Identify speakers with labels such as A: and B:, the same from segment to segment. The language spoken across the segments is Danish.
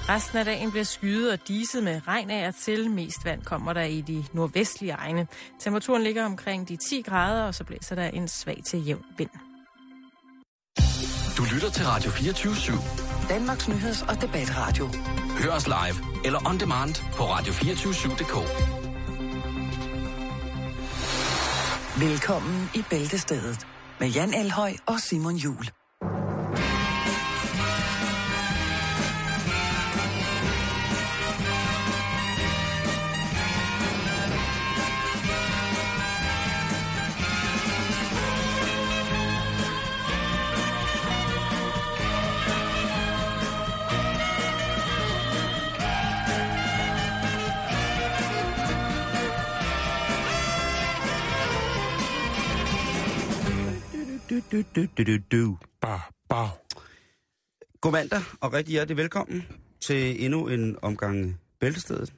A: Resten af dagen bliver skyet og diset med regn af og til. Mest vand kommer der i de nordvestlige egne. Temperaturen ligger omkring de 10 grader, og så blæser der en svag til jævn vind.
B: Du lytter til Radio 24/7.
C: Danmarks nyheds- og debatradio.
B: Hør os live eller on demand på radio247.dk.
C: Velkommen i Bæltestedet med Jan Elhøj og Simon Juhl.
D: God mandag, og rigtig hjertelig velkommen til endnu en omgang Bæltestedet.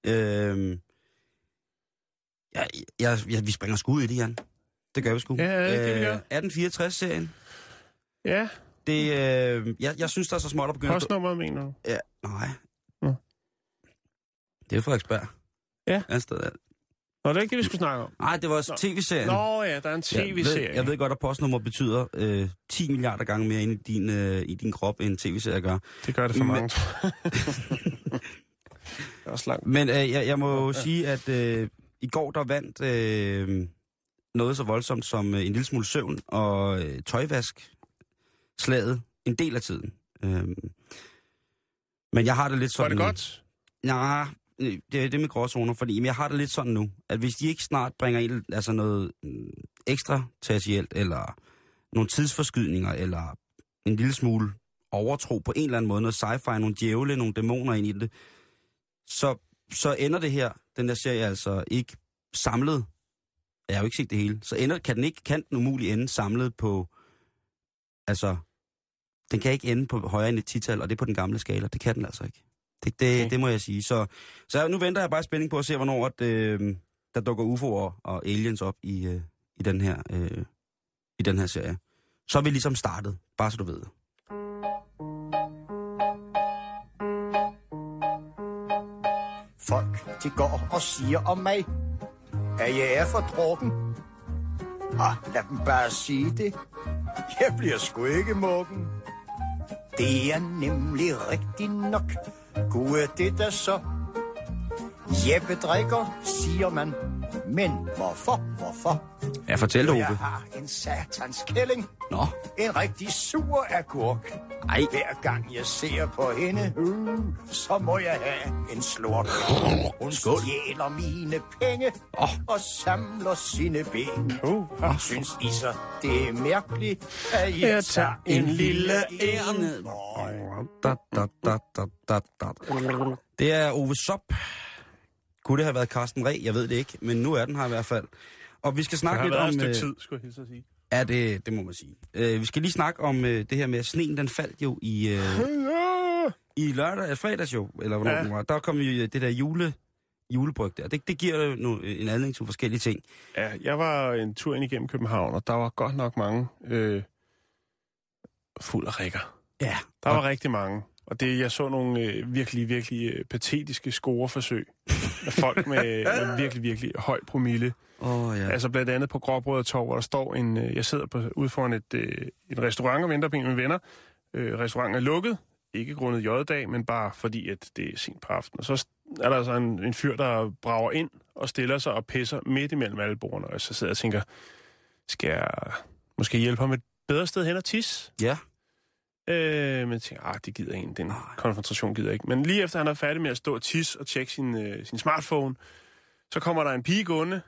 D: Vi springer skud i det, Jan. Det gør vi sgu.
E: Ja, det vi gør.
D: 1864-serien.
E: Ja.
D: Det, jeg synes, der er så småt at begynde...
E: Postnummeret, mener du?
D: Ja, nej.
E: Nå.
D: Det er Frederiksberg.
E: Ja.
D: Ansted.
E: Nå, det er ikke det, vi skulle snakke om.
D: Nej, det var tv-serien.
E: Nå ja, der er en tv-serie.
D: Jeg ved godt, at postnummer betyder 10 milliarder gange mere ind i din krop, end tv-serier gør.
E: Det gør det for mange, tror jeg. Det er også langt.
D: Men jeg må sige, at i går der vandt noget så voldsomt som en lille smule søvn og tøjvask slaget en del af tiden. Men jeg har det lidt sådan...
E: Var det godt?
D: Nej, det er det med gråzoner, fordi jeg har det lidt sådan nu, at hvis de ikke snart bringer altså noget ekstra tertielt, eller nogle tidsforskydninger, eller en lille smule overtro på en eller anden måde, noget sci-fi, nogle djævle, nogle dæmoner ind i det, så ender det her, den der serie altså ikke samlet. Jeg har jo ikke set det hele. Så kan den umuligt ende samlet på, altså, den kan ikke ende på højere end et 10-tal, og det er på den gamle skala. Det kan den altså ikke. Det må jeg sige. Så nu venter jeg bare i spænding på at se, hvornår der dukker UFO'er og aliens op i den her serie. Så er vi ligesom startet, bare så du ved.
F: Folk, de går og siger om mig, at jeg er for dråben. Lad dem bare sige det. Jeg bliver sgu ikke muggen. Det er nemlig rigtigt nok. Gud er det da så. Jeppe drikker, siger man. Men hvorfor?
D: Ja, fortæl det, Ove.
F: Jeg har en satans kælling.
D: Nå.
F: En rigtig sur agurk.
D: Ej.
F: Hver gang jeg ser på hende, så må jeg have en slort. Hun stjæler mine penge og samler sine ben. Synes I så, det er mærkeligt, at jeg tager en lille ærne?
D: Det er Ove Sop. Kunne det have været Carsten Reh? Jeg ved det ikke, men nu er den her i hvert fald. Og vi skal snakke lidt om...
E: Det har været et stykke tid, skulle jeg hilse at sige.
D: Ja, det må man sige. Vi skal lige snakke om det her med, at sneen den faldt jo i fredags jo, eller hvornår den var. Der kom jo det der julebryg der. Det giver jo en anledning til forskellige ting.
E: Ja, jeg var en tur ind igennem København, og der var godt nok mange fuld af rikker.
D: Ja.
E: Der var rigtig mange. Og jeg så nogle virkelig patetiske scoreforsøg af folk med virkelig, virkelig høj promille.
D: Ja.
E: Altså blandt andet på Gråbrød og Torv, hvor der står jeg sidder ude foran en restaurant og venter på en med venner. Restauranten er lukket, ikke grundet J-dag, men bare fordi, at det er sent på aftenen. Og så er der altså en fyr, der brager ind og stiller sig og pisser midt imellem alle bordene. Og så sidder jeg og tænker, skal jeg måske hjælpe ham et bedre sted hen og tisse?
D: Ja.
E: Men jeg tænker, det gider en. Den konfrontation gider ikke. Men lige efter han er færdig med at stå og tisse og tjekke sin smartphone, så kommer der en pige gående,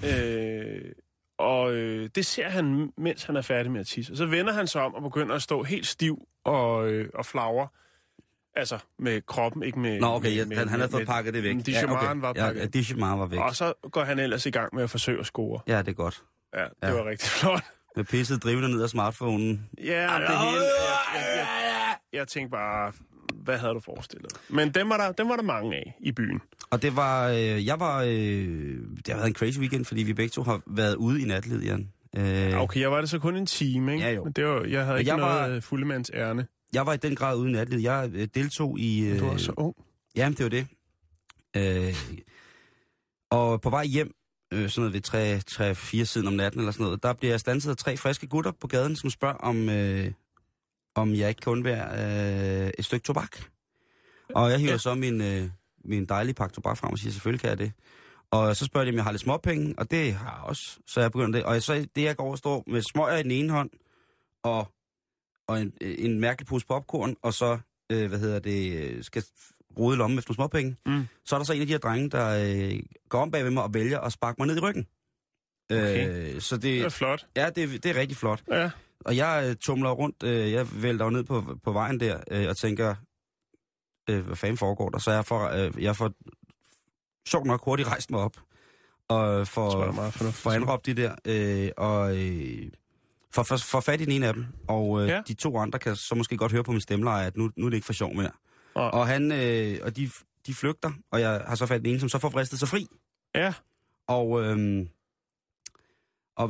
E: og det ser han, mens han er færdig med at tisse. Og så vender han sig om og begynder at stå helt stiv og flagre. Altså med kroppen, ikke med...
D: Nå, okay, han havde fået pakket det væk.
E: Var pakket.
D: Ja, Dichemaren var væk.
E: Og så går han ellers i gang med at forsøge at score.
D: Ja, det er godt.
E: Ja, det var rigtig flot.
D: Med pisset drivende ned af smartphonen.
E: Ja, det hele... Jeg tænkte bare, hvad havde du forestillet? Men dem var der mange af i byen.
D: Og det var... det har været en crazy weekend, fordi vi begge to har været ude i natlivet, Jan.
E: Okay, jeg var det så kun en time, ikke?
D: Ja, jo.
E: Men jeg havde ikke noget fuldemands ærne.
D: jeg var i den grad uden natlivet. Jeg deltog i...
E: Du var så ung.
D: Jamen, det var det. Og på vej hjem, sådan noget ved 3-4 siden om natten eller sådan noget, der bliver jeg standset af 3 friske gutter på gaden, som spørger, om jeg ikke kan undvære et stykke tobak. Og jeg hiver så min dejlige pakke tobak frem og siger, selvfølgelig kan jeg det. Og så spørger de, om jeg har lidt småpenge, og det har jeg også. Så jeg begynder det. Og så det, jeg går og står med smøger i den ene hånd, og en mærkelig pose popcorn, og så, skal rode lommen efter småpenge. Så er der så en af de her drenge, der går om bag ved mig og vælger at sparke mig ned i ryggen.
E: Okay.
D: Så
E: det er flot.
D: Ja, det er rigtig flot.
E: Ja.
D: Og jeg tumler rundt, jeg vælter ned på vejen der, og tænker, hvad fanden foregår der? Så jeg får sjovt nok hurtigt rejst mig op, og får anråbt de der, får fat i den ene af dem, og de 2 andre kan så måske godt høre på min stemmeleje, at nu er det ikke for sjov mere. Og han, og de flygter, og jeg har så fat i den ene, som så får vristet sig fri.
E: Ja.
D: Og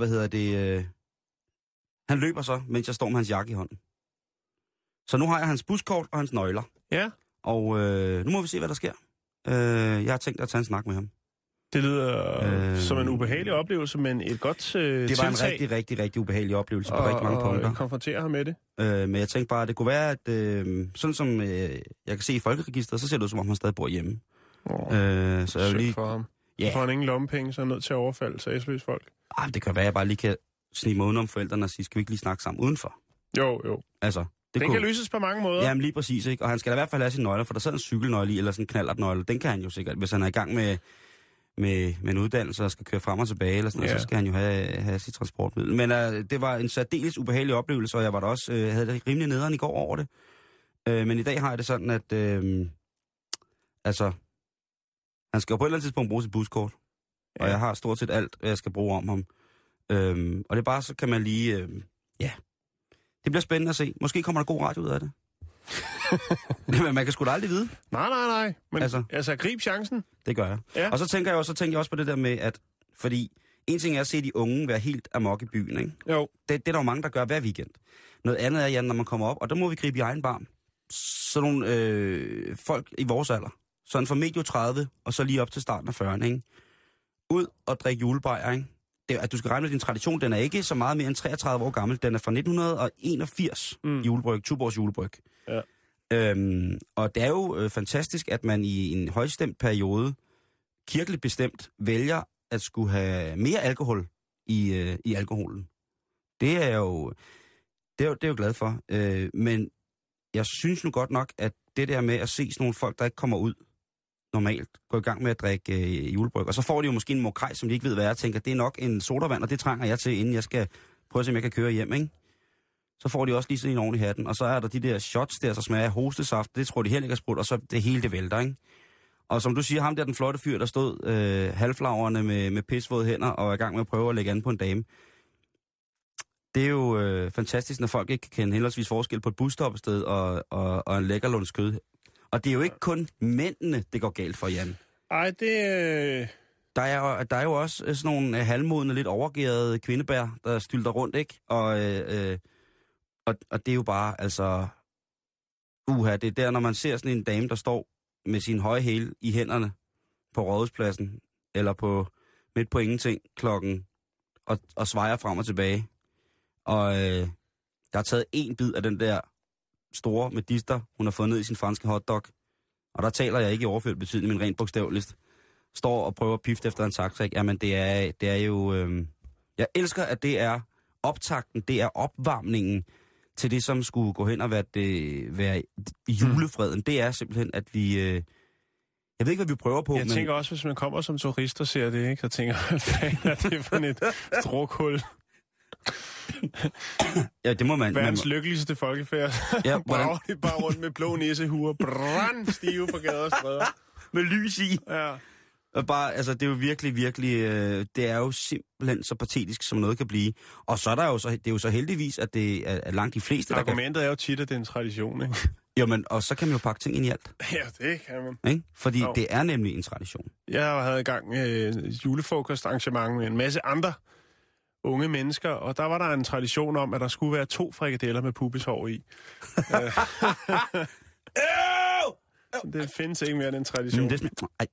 D: han løber så, mens jeg står med hans jakke i hånden. Så nu har jeg hans buskort og hans nøgler.
E: Ja.
D: Og nu må vi se, hvad der sker. Jeg har tænkt at tage en snak med ham.
E: Det lyder som en ubehagelig oplevelse, men et godt tiltag.
D: Det var en rigtig, rigtig, rigtig ubehagelig oplevelse på rigtig mange punkter.
E: Og konfrontere ham med det.
D: Men jeg tænkte bare, at det kunne være, at sådan som jeg kan se i folkeregistret, så ser det ud, som om han stadig bor hjemme.
E: Så jeg lige for ham. Yeah. Får han ingen lommepenge, så er han nødt til at overfalde sagesløse folk.
D: Det kan være, at jeg bare lige kan snige mig udenom forældrene og sige, skal vi ikke lige snakke sammen udenfor?
E: Jo.
D: Altså,
E: den kan løses på mange måder.
D: Jamen lige præcis, ikke? Og han skal da i hvert fald have sine nøgler, for der sidder en cykelnøgle i, eller sådan en knallertnøgle. Den kan han jo sikkert, hvis han er i gang med en uddannelse og skal køre frem og tilbage, eller sådan noget, så skal han jo have sit transportmiddel. Men det var en særdeles ubehagelig oplevelse, og jeg var da også, havde det rimelig nederen i går over det. Men i dag har jeg det sådan, at han skal jo på et eller andet tidspunkt bruge sit buskort, og jeg har stort set alt, jeg skal bruge om ham. Og det er bare, så kan man lige, det bliver spændende at se. Måske kommer der god radio ud af det. Men man kan sgu da aldrig vide.
E: Nej. Men altså grib chancen.
D: Det gør jeg. Ja. Og så tænker jeg også på det der med, at fordi en ting er at se de unge være helt amok i byen, ikke?
E: Jo.
D: Det er der jo mange, der gør hver weekend. Noget andet er, Jan, når man kommer op, og der må vi gribe i egen barm. Sådan nogle folk i vores alder, sådan fra medio 30, og så lige op til starten af 40'erne, ikke? Ud og drikke julebajer, ikke? At du skal regne med din tradition, den er ikke så meget mere end 33 år gammel. Den er fra 1981 julebryg, Tuborgs julebryg. Ja. Og det er jo fantastisk, at man i en højstemt periode, kirkeligt bestemt, vælger at skulle have mere alkohol i alkoholen. Det er jeg jo glad for. Men jeg synes nu godt nok, at det der med at se sådan nogle folk, der ikke kommer ud normalt, går i gang med at drikke julebryg. Og så får de jo måske en mokrej, som de ikke ved, hvad jeg tænker. Det er nok en sodavand, og det trænger jeg til, inden jeg skal prøve at se, om jeg kan køre hjem, ikke? Så får de også lige sådan en oven i hatten. Og så er der de der shots der, så smager af hostesaft. Det tror de heller ikke er sprudt, og så det hele det vælter, ikke? Og som du siger, ham der den flotte fyr, der stod halvflagrende med pisvåde hænder og er i gang med at prøve at lægge an på en dame. Det er jo fantastisk, når folk ikke kan kende henholdsvis forskel på et busstoppested og en lækkerlundskød. Og det er jo ikke kun mændene, det går galt for, Jan.
E: Ej, det...
D: Der er jo også sådan nogle halvmodne, lidt overgærede kvindebær, der stylter rundt, ikke? Og det er jo bare, altså... det er der, når man ser sådan en dame, der står med sin høje hæle i hænderne på Rådhuspladsen, eller midt på ingenting klokken, og svejer frem og tilbage. Og der er taget en bid af den der store medister, hun har fået ned i sin franske hotdog. Og der taler jeg ikke i overført betydning, men rent bogstaveligt. Står og prøver at pifte efter en taxa. Jamen, det er jo... Jeg elsker, at det er optakten, det er opvarmningen til det, som skulle gå hen og være julefreden. Det er simpelthen, at vi... jeg ved ikke, hvad vi prøver på,
E: Jeg tænker også, hvis man kommer som turist og ser det, ikke, så tænker jeg, hvad er det for et drukhul?
D: Ja, det må man...
E: Verdens lykkeligste folkefærd. Ja, brager de bare rundt med blå næsehuer, brandstive på gader og stræder.
D: Med lys i.
E: Ja.
D: Og bare, altså, det er jo virkelig, det er jo simpelthen så patetisk, som noget kan blive. Og så er der jo så, det er jo så heldigvis, at det er langt de fleste,
E: Argumentet er jo tit, at det er en tradition, ikke?
D: Jo, men, og så kan man jo pakke ting ind i alt.
E: Ja, det kan man.
D: Ikke? Fordi det er nemlig en tradition.
E: Jeg havde i gang julefrokostarrangement med en masse andre unge mennesker, og der var der en tradition om, at der skulle være 2 frikadeller med pubeshår i. Det findes ikke mere, den tradition.
D: Det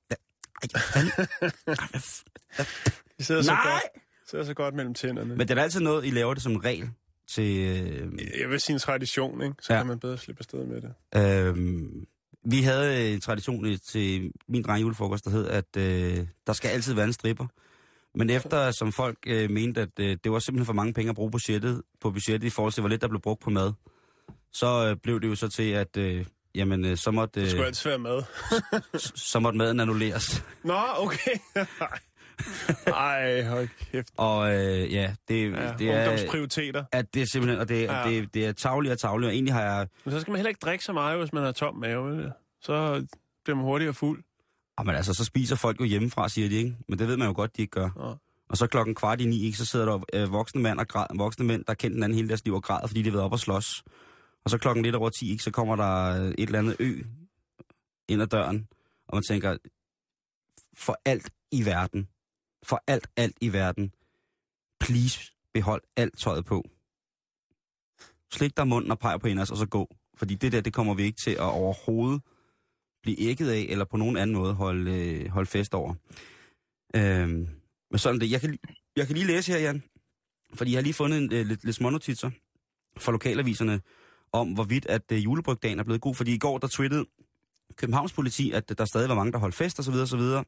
E: De sidder så godt mellem tænderne.
D: Men det er altid noget, I laver det som regel til...
E: Jeg vil sige en tradition, ikke? Så kan man bedre slippe afsted med det.
D: Vi havde en tradition til min dreng julefrokost, der hed, at der skal altid være en stripper. Men efter, som folk mente, at det var simpelthen for mange penge at bruge på budgettet i forhold til, hvor lidt der blev brugt på mad, så blev det jo så til, at så måtte...
E: Det skulle altid være mad.
D: Så måtte maden annulleres.
E: Nå, okay. Ej, hold kæft.
D: Og det er...
E: Ungdomsprioriteter.
D: At det er simpelthen... Og det er tarveligt og tarveligt, og egentlig har jeg...
E: Men så skal man heller ikke drikke så meget, hvis man har tom mave. Så bliver man hurtigere fuld.
D: Men altså, så spiser folk jo hjemmefra, siger de, ikke? Men det ved man jo godt, de ikke gør. Ja. Og så 8:15, ikke, så sidder der voksne mænd, der kendt den anden hele deres liv og græder, fordi de har været op og slås. Og så 10:01, ikke, så kommer der et eller andet ind ad døren, og man tænker, for alt i verden, please, behold alt tøjet på. Slik dig munden og peg på hende, og så gå. Fordi det kommer vi ikke til at overhovedet blive ægget af, eller på nogen anden måde holde fest over. Men sådan det. Jeg kan lige læse her, Jan, fordi jeg har lige fundet lidt smånotitser fra lokalaviserne om, hvorvidt at julebrygdagen er blevet god. Fordi i går, der twittede Københavns politi, at der stadig var mange, der holdt fest, og så videre, og så videre.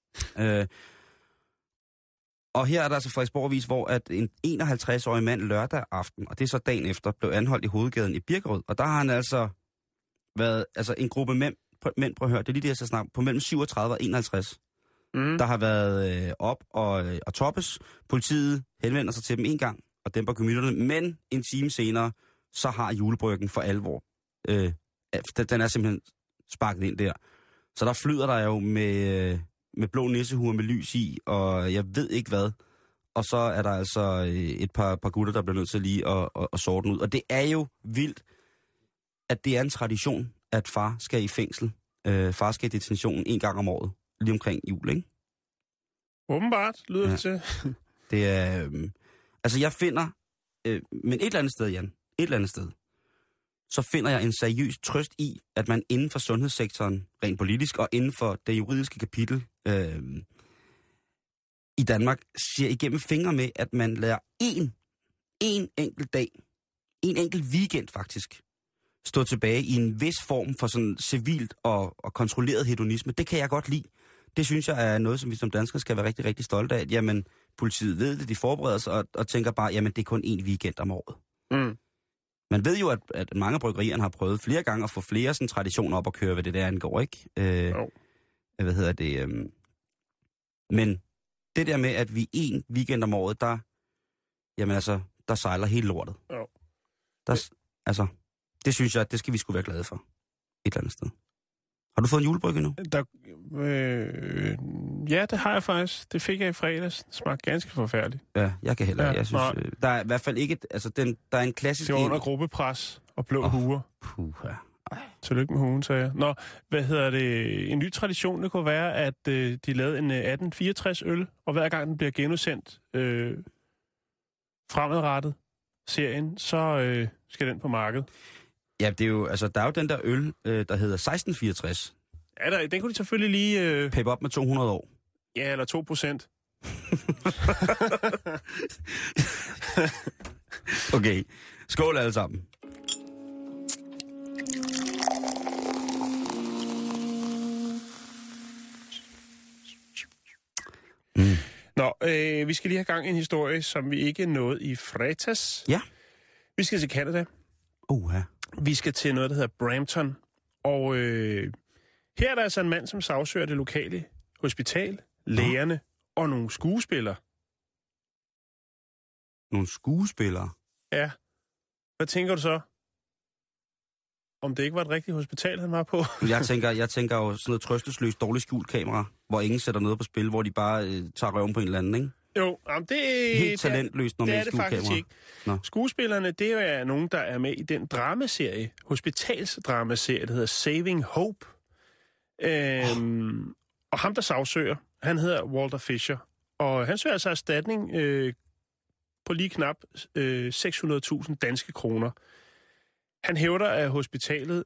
D: Og her er der altså Frederiksborg Avis, hvor at en 51-årig mand lørdag aften, og det er så dagen efter, blev anholdt i hovedgaden i Birkerød. Og der har han altså været en gruppe mænd, prøv at høre, det er lige det, jeg skal snakke, på mellem 37 og 51, der har været op og toppes. Politiet henvender sig til dem en gang og dæmper gemytterne, men en time senere, så har julebryggen for alvor. Den er simpelthen sparket ind der. Så der flyder der jo med blå nissehuer med lys i, og jeg ved ikke hvad. Og så er der altså et par gutter, der bliver nødt til lige at sorte den ud. Og det er jo vildt, at det er en tradition, at far skal i fængsel. Far skal i detention en gang om året, lige omkring jul, ikke?
E: Åbenbart, lyder det til.
D: Det er... jeg finder... men et eller andet sted, Jan, så finder jeg en seriøs trøst i, at man inden for sundhedssektoren, rent politisk, og inden for det juridiske kapitel i Danmark, ser igennem fingre med, at man lader en enkelt dag, en enkelt weekend faktisk, stå tilbage i en vis form for sådan civilt og kontrolleret hedonisme. Det kan jeg godt lide. Det synes jeg er noget, som vi som danskere skal være rigtig, rigtig stolte af. Jamen, politiet ved det, de forbereder sig og tænker bare, jamen, det er kun en weekend om året. Mm. Man ved jo, at mange bryggerierne har prøvet flere gange at få flere sådan traditioner op at køre, hvad det der angår, ikke? Men det der med, at vi en weekend om året, der sejler hele lortet. Det synes jeg, det skal vi sgu være glade for. Et eller andet sted. Har du fået en julebrygge nu?
E: Ja, det har jeg faktisk. Det fik jeg i fredags. Det smagte ganske forfærdeligt.
D: Ja, jeg kan heller. Jeg synes, der er i hvert fald ikke... der er en klassisk...
E: Det var under gruppepres og blå huer.
D: Puha.
E: Tillykke med huen, sagde jeg. Nå, en ny tradition, det kunne være, at de lavede en 1864 øl, og hver gang den bliver genudsendt fremadrettet serien, så skal den på markedet. Ja,
D: det er jo, der er jo den der øl, der hedder 1664.
E: Ja, den kunne de selvfølgelig lige...
D: Peppe op med 200 år.
E: Ja, eller 2%.
D: Okay, skål alle sammen.
E: Nå, vi skal lige have gang i en historie, som vi ikke nåede i fredags.
D: Ja.
E: Vi skal til Canada.
D: Ja.
E: Vi skal til noget, der hedder Brampton. Og her er der altså en mand, som sagsøger det lokale hospital, lægerne og nogle skuespillere.
D: Nogle skuespillere?
E: Ja. Hvad tænker du så? Om det ikke var et rigtigt hospital, han var på?
D: jeg tænker jo sådan noget trøstesløst, dårligt skjult kamera, hvor ingen sætter noget på spil, hvor de bare tager røven på en eller anden, ikke?
E: Jo, det er...
D: Helt talentløst, når man skjult kamera. Det er det faktisk ikke.
E: Nå. Skuespillerne, det er nogen, der er med i den dramaserie, hospitalsdramaserie, der hedder Saving Hope. Og ham, der sagsøger, han hedder Walter Fisher. Og han søger altså erstatning på lige knap 600.000 danske kroner. Han hævder, at hospitalet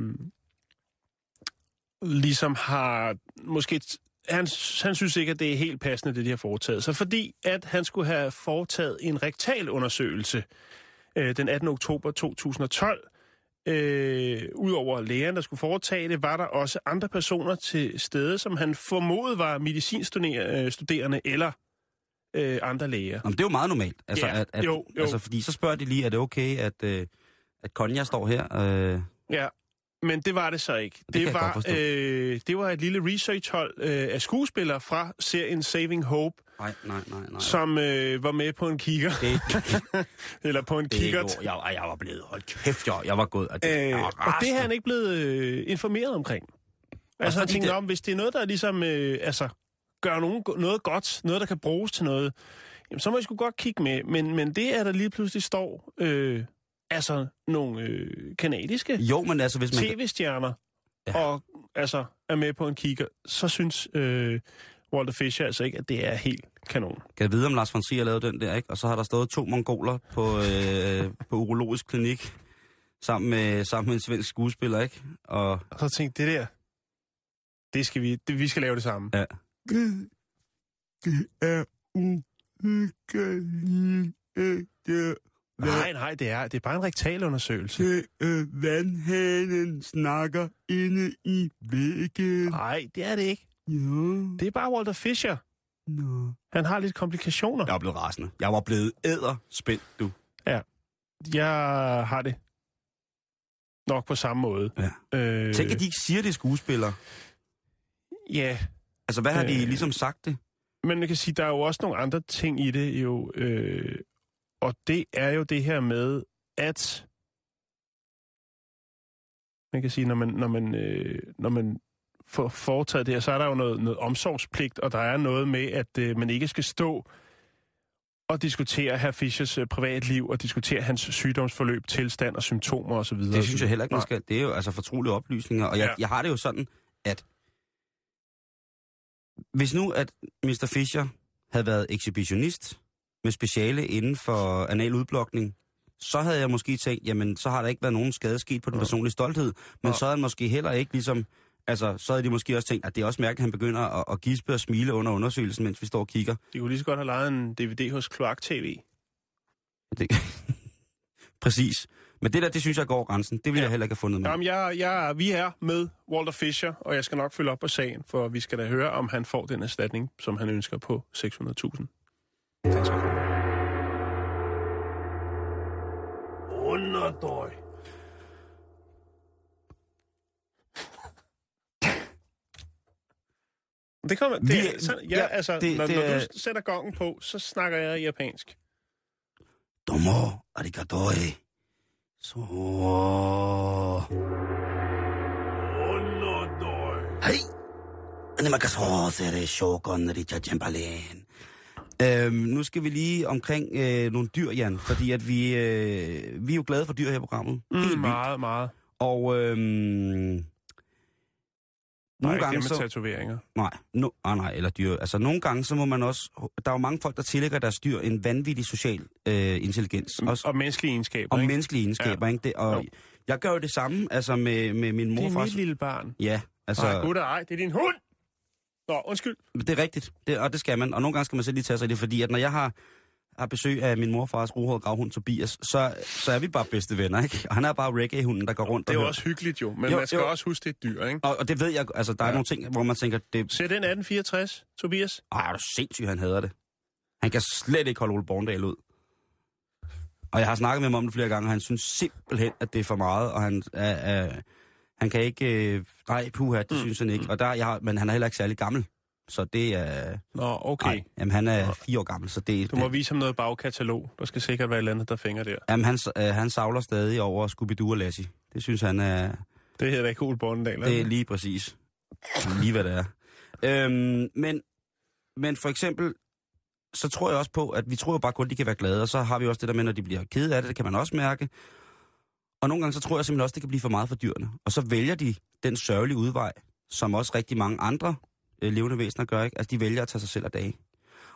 E: ligesom har måske... Han synes ikke, at det er helt passende, det de har foretaget. Så fordi, at han skulle have foretaget en rektalundersøgelse den 18. oktober 2012, udover lægerne, der skulle foretage det, var der også andre personer til stede, som han formodet var medicinstuderende eller andre læger.
D: Jamen, det er jo meget normalt. Altså,
E: Ja, jo.
D: Altså, fordi så spørger de lige, er det okay, at Konja står her?
E: Ja, men det var det så ikke. Det var et lille researchhold af skuespillere fra serien Saving Hope,
D: Nej.
E: som var med på en kigger. Eller på en kikkert.
D: Jeg var blevet holdt kæft, jeg var gået. Og
E: Og det er han ikke blevet informeret omkring. Altså, jeg tænkte om, hvis det er noget, der ligesom gør noget godt, noget, der kan bruges til noget, jamen, så må jeg sgu godt kigge med. Men det er der lige pludselig står nogle kanadiske
D: men altså, hvis man
E: tv-stjerner, og er med på en kigger, så synes Walter Fischer altså ikke, at det er helt kanon.
D: Kan jeg vide, om Lars von Trier lavede den der, ikke? Og så har der stået 2 mongoler på urologisk klinik, sammen med en svensk skuespiller, ikke? Og
E: så tænkte det der, vi skal lave det samme.
D: Ja. Det er
E: Nej, det er bare en rektalundersøgelse.
D: Vandhanen snakker inde i væggen.
E: Nej, det er det ikke.
D: Jo.
E: Det er bare Walter Fischer.
D: Nå.
E: Han har lidt komplikationer.
D: Jeg var blevet rasende. Jeg var blevet æderspændt, du.
E: Ja, jeg har det nok på samme måde.
D: Ja. Tænk, at de ikke siger det, skuespillere.
E: Ja.
D: Altså, hvad har de ligesom sagt det?
E: Men man kan sige, der er jo også nogle andre ting i det, jo. Og det er jo det her med, at man kan sige, når man får foretaget det her, så er der jo noget omsorgspligt, og der er noget med, at man ikke skal stå og diskutere hr. Fischers privatliv, og diskutere hans sygdomsforløb, tilstand og symptomer osv.
D: Det synes jeg heller ikke, man skal. Det er jo altså fortrolige oplysninger, og jeg har det jo sådan, at hvis nu, at Mr. Fischer havde været ekshibitionist med speciale inden for anal udblokning, så havde jeg måske tænkt, jamen, så har der ikke været nogen skade sket på den personlige stolthed, men så havde han måske heller ikke ligesom, altså, så havde de måske også tænkt, at det er også mærkeligt, at han begynder at gispe og smile under undersøgelsen, mens vi står og kigger.
E: De kunne lige så godt have lejet en DVD hos Kloak TV.
D: Præcis. Men det synes jeg går grænsen. Det vil jeg heller ikke have fundet med.
E: Jamen, vi er med Walter Fischer, og jeg skal nok følge op på sagen, for vi skal da høre, om han får den erstatning, som han ønsker på 600.000. Tak skal du have. Underdøj. Det kommer... Når du sætter gongen på, så snakker jeg japansk.
D: Domo, arigatoi. Så... Hej! Nu skal vi lige omkring nogle dyr, Jan, fordi at vi er jo glade for dyr her i programmet. Helt
E: meget, meget.
D: Og nogle gange
E: så... tatoveringer.
D: Nej, eller dyr. Altså nogle gange så må man også... Der er jo mange folk, der tillægger deres dyr en vanvittig social intelligens. Også,
E: og menneskelige egenskaber,
D: og
E: ikke?
D: menneskelige egenskaber, ikke? Det, og jeg gør jo det samme, altså med min morfar.
E: Det er mit lille barn.
D: Ja, altså...
E: Nej, gud, ej, det er din hund! Nå, undskyld.
D: Det er rigtigt, og det skal man. Og nogle gange skal man selv lige tage sig i det, fordi at når jeg har besøg af min morfars rohårede gravhund Tobias, så er vi bare bedste venner, ikke? Og han er bare reggae-hunden, der går rundt.
E: Det er jo også hyggeligt jo, men man skal også huske, det er et dyr, ikke?
D: Og det ved jeg, altså der er nogle ting, hvor man tænker... Det...
E: Se den 1864, Tobias?
D: Ej, er du sindssygt, han hader det. Han kan slet ikke holde Ole Borndal ud. Og jeg har snakket med ham om det flere gange, og han synes simpelthen, at det er for meget, og han kan ikke... nej, puha, det synes han ikke. Og men han er heller ikke særlig gammel. Så det er...
E: Nå, okay.
D: Nej, jamen, han er 4 år gammel, så det...
E: Du må vise ham noget bagkatalog. Der skal sikkert være et eller andet, der fænger der.
D: Jamen, han savler stadig over Scooby-Doo og Lassie. Det synes han er...
E: Det hedder ikke Ole Borndal,
D: det er lige præcis. Lige hvad det er. Men for eksempel, så tror jeg også på, at vi tror jo bare kun, de kan være glade, og så har vi også det der med, når de bliver kede af det, det kan man også mærke. Og nogle gange, så tror jeg simpelthen også, det kan blive for meget for dyrene. Og så vælger de den sørgelige udvej, som også rigtig mange andre levende væsener gør, ikke? Altså, de vælger at tage sig selv af dage.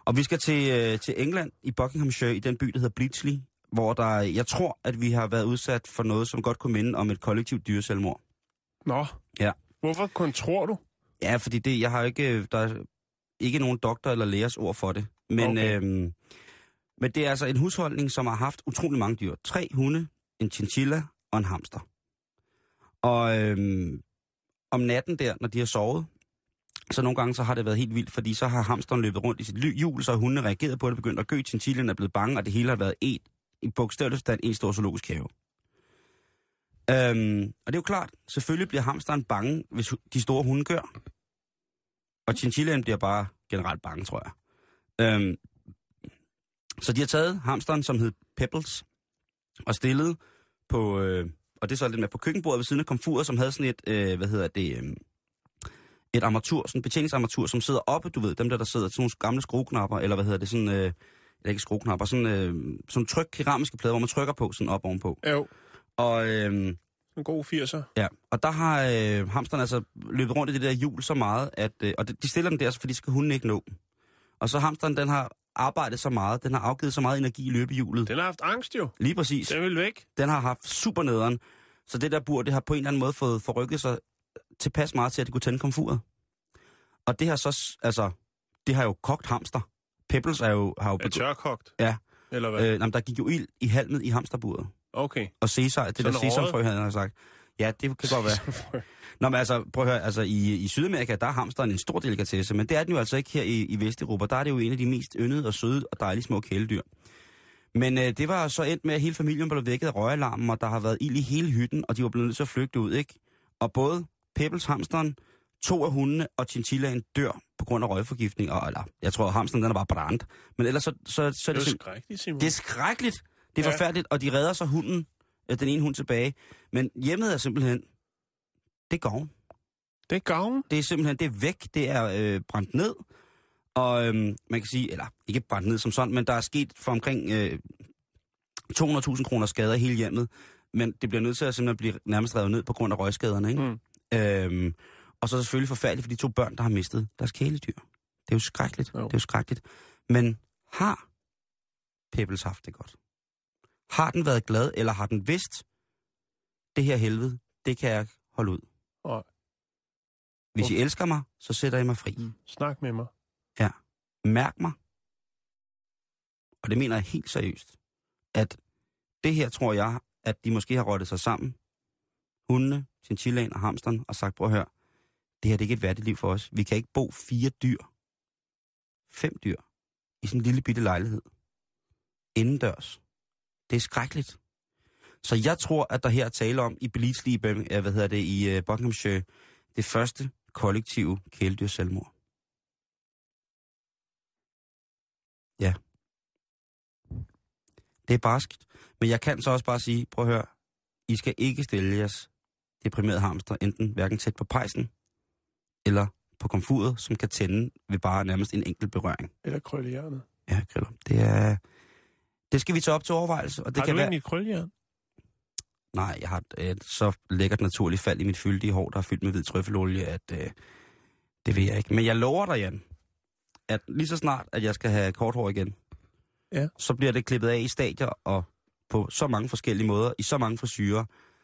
D: Og vi skal til England, i Buckinghamshire, i den by, der hedder Bletchley, hvor jeg tror, at vi har været udsat for noget, som godt kunne minde om et kollektivt dyreselvmord.
E: Nå.
D: Ja.
E: Hvorfor kun tror du?
D: Ja, fordi jeg har ikke, der er ikke nogen doktor eller lægers ord for det. Men,
E: okay.
D: Men det er altså en husholdning, som har haft utrolig mange dyr. 3 hunde, en chinchilla og en hamster. Og om natten der, når de har sovet, så nogle gange så har det været helt vildt, fordi så har hamsteren løbet rundt i sit hjul, så har hundene reageret på det, begyndt at gø, chinchillaen er blevet bange, og det hele har været i bogstaveligt forstand en stor zoologisk have. Og det er jo klart, selvfølgelig bliver hamsteren bange, hvis de store hunde gør. Og chinchillaen bliver bare generelt bange, tror jeg. Så de har taget hamsteren, som hed Pebbles, og stillet på, og det er så lidt med på køkkenbordet ved siden af komfuret, som havde sådan et, et armatur, sådan en betjeningsarmatur, som sidder oppe, du ved, dem der sidder til nogle gamle skrueknapper, eller sådan, ikke skrueknapper, sådan tryk keramiske plader, hvor man trykker på, sådan op ovenpå.
E: Jo.
D: Og
E: en god 80'er.
D: Ja, og der har hamsteren altså løbet rundt i det der hjul så meget, at, og de stiller den der, fordi skal hunden ikke nå. Og så hamsteren, den har arbejdet så meget, den har afgivet så meget energi i løbehjulet.
E: Den har haft angst jo.
D: Lige præcis.
E: Den vil væk.
D: Den har haft super nederen, så det der bur, det har på en eller anden måde fået forrykket sig tilpas meget til, at de kunne tænde komfuret. Og det har så, altså, det har jo kogt hamster. Pebbles har jo
E: tørkogt?
D: Ja.
E: Eller hvad?
D: Der gik jo ild i halmet i hamsterburet.
E: Okay.
D: Og Cæsar, det der sesamfrø, han har sagt. Ja, det kan godt være. Nå, men altså, prøv at høre, altså i Sydamerika, der er hamsteren en stor delikatesse, men det er den jo altså ikke her i Vesteuropa. Der er det jo en af de mest yndede og søde og dejlige små kæledyr. Men det var så endt med, at hele familien blev vækket af røgalarmen, og der har været ild i hele hytten, og de var blevet nødt til at flygte ud, ikke? Og både Pebbles, hamsteren, 2 af hundene og chinchillaen dør på grund af røgforgiftning. Eller, jeg tror, at hamsteren den er bare brændt. Men ellers så
E: det er jo skrækkeligt, Simon.
D: Det er skrækkeligt. Det er forfærdeligt, og de redder så hunden, den ene hund tilbage. Men hjemmet er simpelthen, det er gavn.
E: Det er gavn?
D: Det er simpelthen, det er væk, det er brændt ned. Og man kan sige, eller ikke brændt ned som sådan, men der er sket for omkring 200.000 kroner skader i hele hjemmet. Men det bliver nødt til at simpelthen blive nærmest revet ned på grund af røgskaderne, ikke? Og så er det selvfølgelig forfærdeligt for de 2 børn, der har mistet deres kæledyr. Det er jo skrækkeligt. Jo. Det er jo skrækkeligt. Men har Pebbles haft det godt? Har den været glad, eller har den vidst, det her helvede, det kan jeg holde ud?
E: Nej.
D: Hvis I elsker mig, så sætter I mig fri.
E: Snak med mig.
D: Ja. Mærk mig. Og det mener jeg helt seriøst. At det her tror jeg, at de måske har rottet sig sammen. Hundene, chinchillaen og hamsteren, og sagt, prøv at høre, det her det er ikke et værdigt liv for os. Vi kan ikke bo 4 dyr, 5 dyr, i sådan en lille bitte lejlighed. Indendørs. Det er skrækkeligt. Så jeg tror, at der her er tale om i Bletchley, i Buckinghamshire, det første kollektive kæledyr-selvmord. Ja. Det er barskt. Men jeg kan så også bare sige, prøv at høre, I skal ikke stille jeres deprimerede hamster, enten hverken tæt på pejsen, eller på komfuret, som kan tænde ved bare nærmest en enkelt berøring.
E: Eller krøllehjernet.
D: Ja, krøller. Det skal vi tage op til overvejelse. Og det
E: har
D: kan
E: du
D: være...
E: egentlig et krøllehjern?
D: Nej, jeg har så lækkert naturligt fald i mit fyldige hår, der er fyldt med hvid trøffelolie, at det vil jeg ikke. Men jeg lover dig, Jan, at lige så snart, at jeg skal have kort hår igen, så bliver det klippet af i stadier og på så mange forskellige måder, i så mange frisyrer,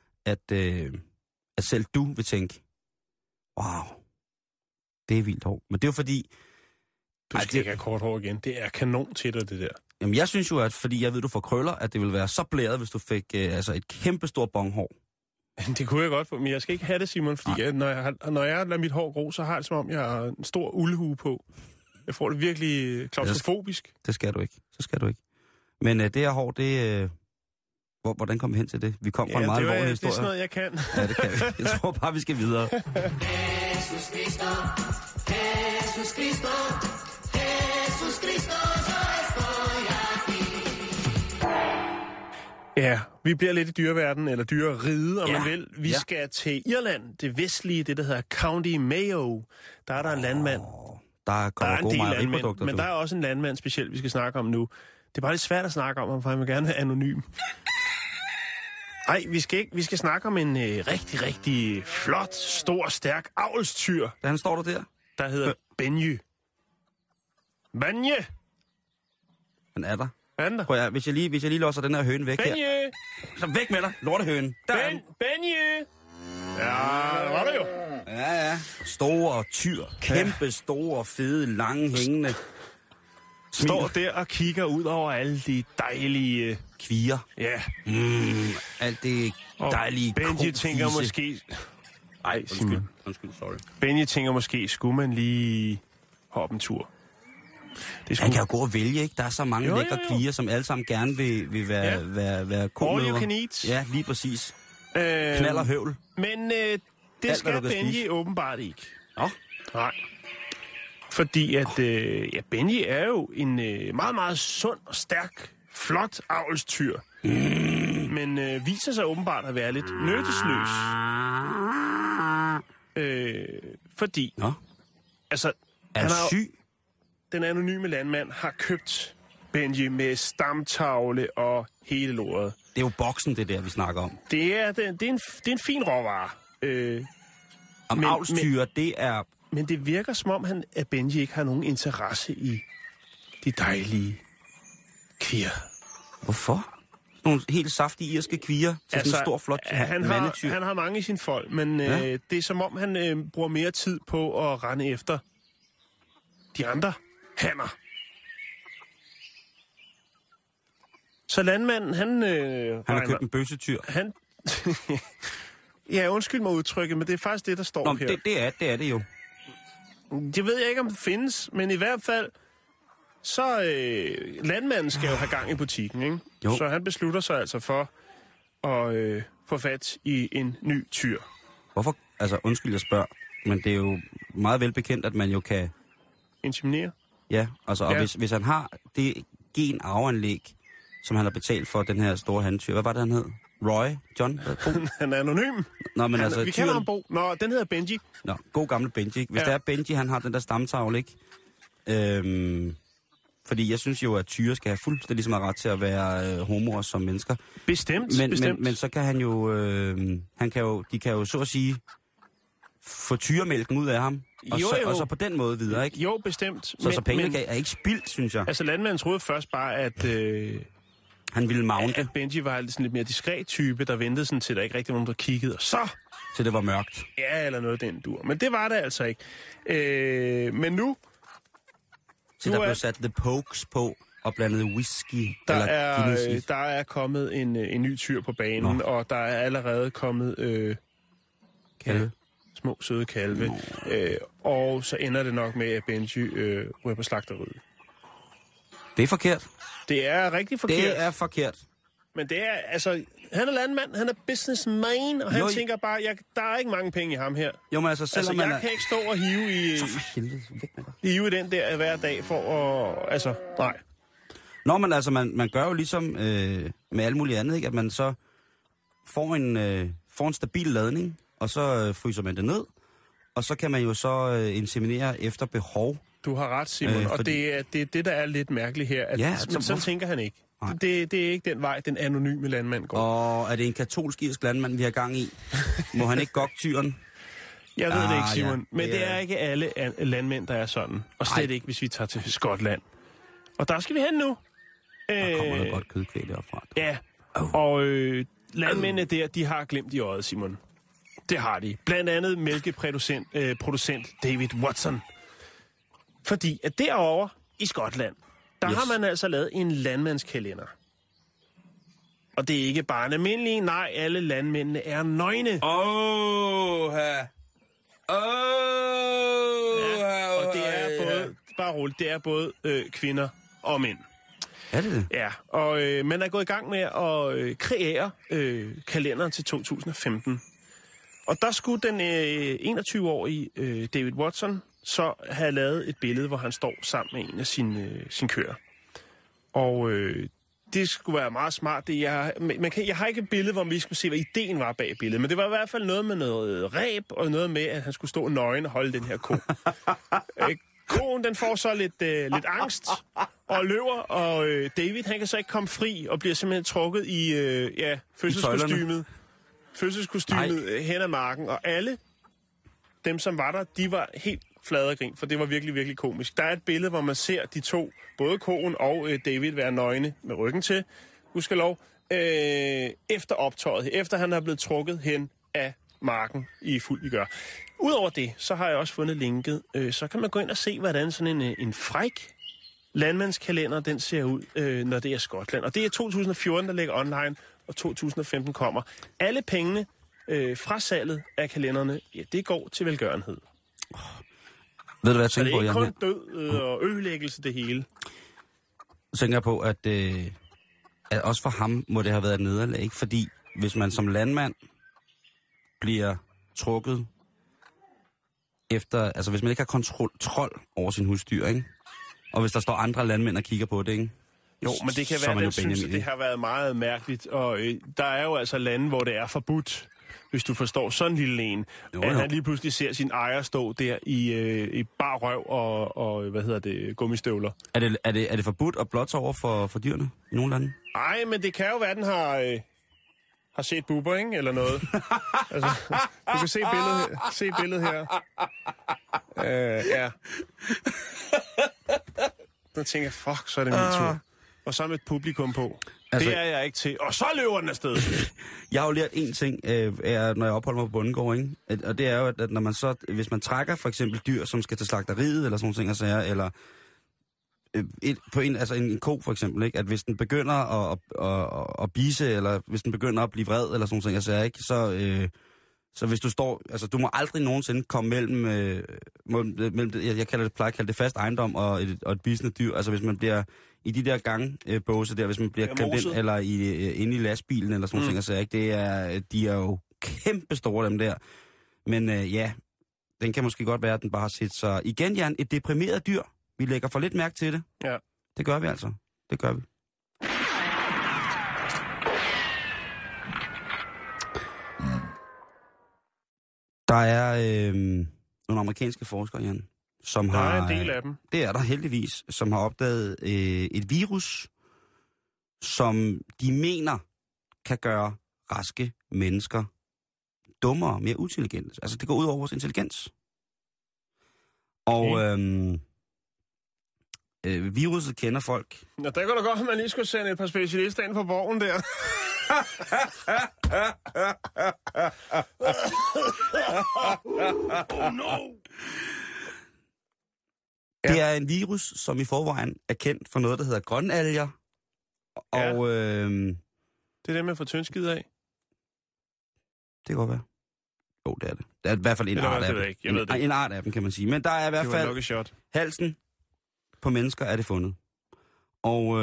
D: at selv du vil tænke, wow, det er vildt hår. Men det er jo fordi...
E: Du skal ikke have kort hår igen. Det er kanon til dig, det der.
D: Jamen, jeg synes jo, at fordi jeg ved, du får krøller, at det ville være så blæret, hvis du fik et kæmpe stort bonghår.
E: Det kunne jeg godt få, men jeg skal ikke have det, Simon, fordi når jeg lader mit hår gro, så har jeg det som om, jeg har en stor uldhue på. Jeg får det virkelig klaustrofobisk.
D: Det skal du ikke. Så skal du ikke. Men det her hår, det... Hvordan kom vi hen til det? Vi kom fra en meget alvorlig historie.
E: Det er sådan noget, jeg kan.
D: Ja, det kan vi. Jeg tror bare, vi skal videre.
G: Jesus Cristo, Jesus Cristo, Jesus Cristo, yo estoy aquí.
E: Ja, vi bliver lidt i dyreverdenen, eller dyreriget, om man vil. Vi skal til Irland, det vestlige, det der hedder County Mayo. Der er der en landmand.
D: Der er en del landmænd,
E: men der er også en landmand specielt, vi skal snakke om nu. Det er bare lidt svært at snakke om, for han vil gerne være anonym. Nej, vi skal snakke om en rigtig, rigtig flot, stor, stærk avlstyr.
D: Han står der?
E: Der hedder Benji. Benji!
D: Han er der.
E: Er den der?
D: Prøv at, hvis jeg lige låser den her høne væk her.
E: Benje!
D: Så væk med dig, lortehøne. Der er den.
E: Benje! Ja, der var det jo.
D: Ja. Store tyr. Kæmpe store, fede, lange, hængende.
E: Står der og kigger ud over alle de dejlige...
D: Kvier.
E: Ja.
D: Alt det dejlige
E: Benji tænker måske... Ej, Simon.
D: Undskyld, sorry.
E: Benji tænker måske, skulle man lige hoppe en tur?
D: Han kan jo gå og vælge, ikke? Der er så mange lækre kvier, som alle sammen gerne vil være komødre.
E: All you can eat.
D: Ja, lige præcis. Knald og høvl.
E: Men det skal Benji åbenbart ikke.
D: Nå?
E: Nej. Fordi at Benji er jo en meget, meget sund og stærk, flot avlstyr. Men viser sig åbenbart at være lidt nyttesløs. Fordi...
D: Nå?
E: Altså...
D: Er han syg?
E: Den anonyme landmand har købt Benji med stamtavle og hele lortet.
D: Det er jo boksen, det der, vi snakker om.
E: Det er en fin råvare.
D: Avlstyre, det er...
E: Men det virker som om, at Benji ikke har nogen interesse i de dejlige kvier.
D: Hvorfor? Nogle helt saftige irske kvier til sådan en stor, flot mandetyr.
E: Han har mange i sin fold, men det er som om, han bruger mere tid på at rende efter de andre hanner. Så landmanden, han
D: har købt en bøssetyr.
E: Ja, undskyld mig udtrykket, men det er faktisk det, der står her.
D: Det er det jo.
E: Det ved jeg ikke, om det findes, men i hvert fald, så landmanden skal jo have gang i butikken, ikke?
D: Jo.
E: Så han beslutter sig altså for at få fat i en ny tyr.
D: Hvorfor? Altså, undskyld, jeg spørger, men det er jo meget velbekendt, at man jo kan...
E: Inseminere?
D: Ja, altså, og hvis han har det gen-arveanlæg, som han har betalt for den her store handtyr. Hvad var det, han hed? Roy? John?
E: Han er anonym.
D: Nå, men altså...
E: Vi kalder ham Bo. Nå, den hedder Benji.
D: Nå, god gamle Benji. Hvis det er Benji, han har den der stamtavle, ikke? Fordi jeg synes jo, at tyre skal have fuldstændig så meget ret til at være homoer som mennesker.
E: Bestemt.
D: Men så kan han jo... de kan jo så at sige få tyremælken ud af ham. Og så på den måde videre, ikke?
E: Jo, bestemt.
D: Så pengene er ikke spildt, synes jeg.
E: Altså, landmanden troede først bare, at...
D: han ville mounte.
E: At Benji var sådan lidt mere diskret type, der ventede sådan til, der ikke rigtig var nogen, der kiggede. Og så...
D: Til det var mørkt.
E: Ja, eller noget af den dur. Men det var det altså ikke. Men nu...
D: Så der blev sat The Pokes på og blandet whisky eller Guinness.
E: Der er kommet en ny tyr på banen, og der er allerede kommet...
D: kalve.
E: Små, søde kalve. Og så ender det nok med, at Benji ryger på slagteriet.
D: Det er forkert.
E: Det er rigtig forkert.
D: Det er forkert.
E: Men det er, altså, han er landmand, han er businessman, og han tænker bare, der er ikke mange penge i ham her.
D: Jo, men altså, selvom
E: jeg kan ikke stå og hive i...
D: Så for helvede, væk med dig.
E: Hive den der hver dag for at... Altså, nej.
D: Nå, men altså, man gør jo ligesom med alt muligt andet, ikke? At man så får en stabil ladning, og så fryser man det ned, og så kan man jo så inseminere efter behov. Du
E: har ret, Simon, og det er det, der er lidt mærkeligt her. At, ja, men sådan tænker han ikke. Det er ikke den vej, den anonyme landmand går.
D: Og er det en katolsk irsk landmand, vi har gang i? Må han ikke gokke tyren?
E: Jeg ved det ikke, Simon. Ja, men det er ikke alle landmænd, der er sådan. Og slet ikke, hvis vi tager til Skotland. Og der skal vi hen nu.
D: Der kommer noget godt kødkvæg derfra.
E: Ja, og landmændene der, de har glemt i øjet, Simon. Det har de. Blandt andet mælkeproducent David Watson. Fordi at derovre i Skotland, der har man altså lavet en landmandskalender. Og det er ikke bare en almindelig, nej, alle landmændene er nøgne.
D: Og
E: det er både, bare roligt, det er både kvinder og mænd.
D: Er det?
E: Ja, og man er gået i gang med at kreere kalenderen til 2015. Og der skulle den 21-årige David Watson så have lavet et billede, hvor han står sammen med en af sine køer. Og det skulle være meget smart. Jeg har ikke et billede, hvor vi skulle se, hvad ideen var bag billedet, men det var i hvert fald noget med noget ræb, og noget med, at han skulle stå nøgen og holde den her ko. Koen, den får så lidt angst og løber, og David, han kan så ikke komme fri, og bliver simpelthen trukket i fødselskostymet hen ad marken, og alle dem, som var der, de var helt fladergrin, for det var virkelig, virkelig komisk. Der er et billede, hvor man ser de to, både koen og David, være nøgne med ryggen til, gudskelov, efter optøjet, efter han er blevet trukket hen af marken i fuld gør. Udover det, så har jeg også fundet linket, så kan man gå ind og se, hvordan sådan en fræk landmandskalender, den ser ud, når det er Skotland. Og det er 2014, der ligger online, og 2015 kommer. Alle pengene fra salget af kalenderne, ja, det går til velgørenhed.
D: Ved du, hvad jeg
E: så det
D: tænker
E: er
D: på,
E: ikke kun død og ødelæggelse, det hele.
D: Jeg tænker på, at også for ham må det have været et nederlag, ikke? Fordi hvis man som landmand bliver trukket efter, altså hvis man ikke har kontrol over sin husdyr, ikke? Og hvis der står andre landmænd og kigger på det, ikke?
E: Jo, men det kan være, at jeg synes, at det har været meget mærkeligt. Og der er jo altså lande, hvor det er forbudt, hvis du forstår sådan en lille en. At han lige pludselig ser sin ejer stå der i bar røv og gummistøvler.
D: Er det forbudt at blotte over for dyrene i nogle lande?
E: Nej, men det kan jo være, at den har set buber, ikke? Eller noget. Altså, du kan se billedet her. Ja. Så tænker jeg, fuck, så er det min tur. Og så med et publikum på. Altså, det er jeg ikke til. Og så løber den afsted.
D: Jeg har jo lært en ting, når jeg opholder mig på bondegård, ikke? Og det er jo, at når man så, hvis man trækker for eksempel dyr, som skal til slagteriet, eller sådan nogle ting, eller en ko for eksempel, ikke? At hvis den begynder at bise, eller hvis den begynder at blive vred, eller sådan nogle ting, ikke? Så hvis du står, altså du må aldrig nogensinde komme mellem jeg plejer at kalde det fast ejendom og et bisende dyr. Altså hvis man bliver i de der gangbåse der, hvis man bliver klemt ind, eller inde i lastbilen, eller sådan nogle ting, ikke? De er jo kæmpe store, dem der. Men ja, den kan måske godt være, at den bare har set sig. Igen, Jan, et deprimeret dyr. Vi lægger for lidt mærke til det.
E: Ja.
D: Det gør vi altså. Det gør vi. Der er nogle amerikanske forskere, Jan, som har...
E: Der er en del af dem.
D: Det er der heldigvis, som har opdaget et virus, som de mener kan gøre raske mennesker dummere, mere uintelligente. Altså, det går ud over vores intelligens. Og viruset kender folk.
E: Ja, der kan da godt, at man lige skulle sende et par specialister ind på borgen der. Oh no!
D: Det er en virus, som i forvejen er kendt for noget, der hedder grønalger.
E: Ja.
D: Og
E: det er det, man får tyndskid af.
D: Det kan godt være. Jo, det er det. Det er i hvert fald en art af dem. En art af dem, kan man sige. Men der er i hvert fald halsen på mennesker er det fundet. Og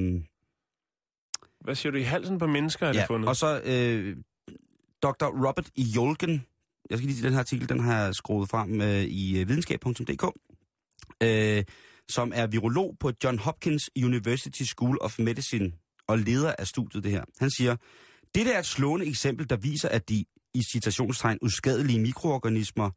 E: hvad siger du, i halsen på mennesker er det fundet?
D: Og så Dr. Robert Jolgen, jeg skal lige sige, den her artikel, den har jeg skruet frem i videnskab.dk, som er virolog på John Hopkins University School of Medicine og leder af studiet det her. Han siger, dette er et slående eksempel, der viser, at de i citationstegn uskadelige mikroorganismer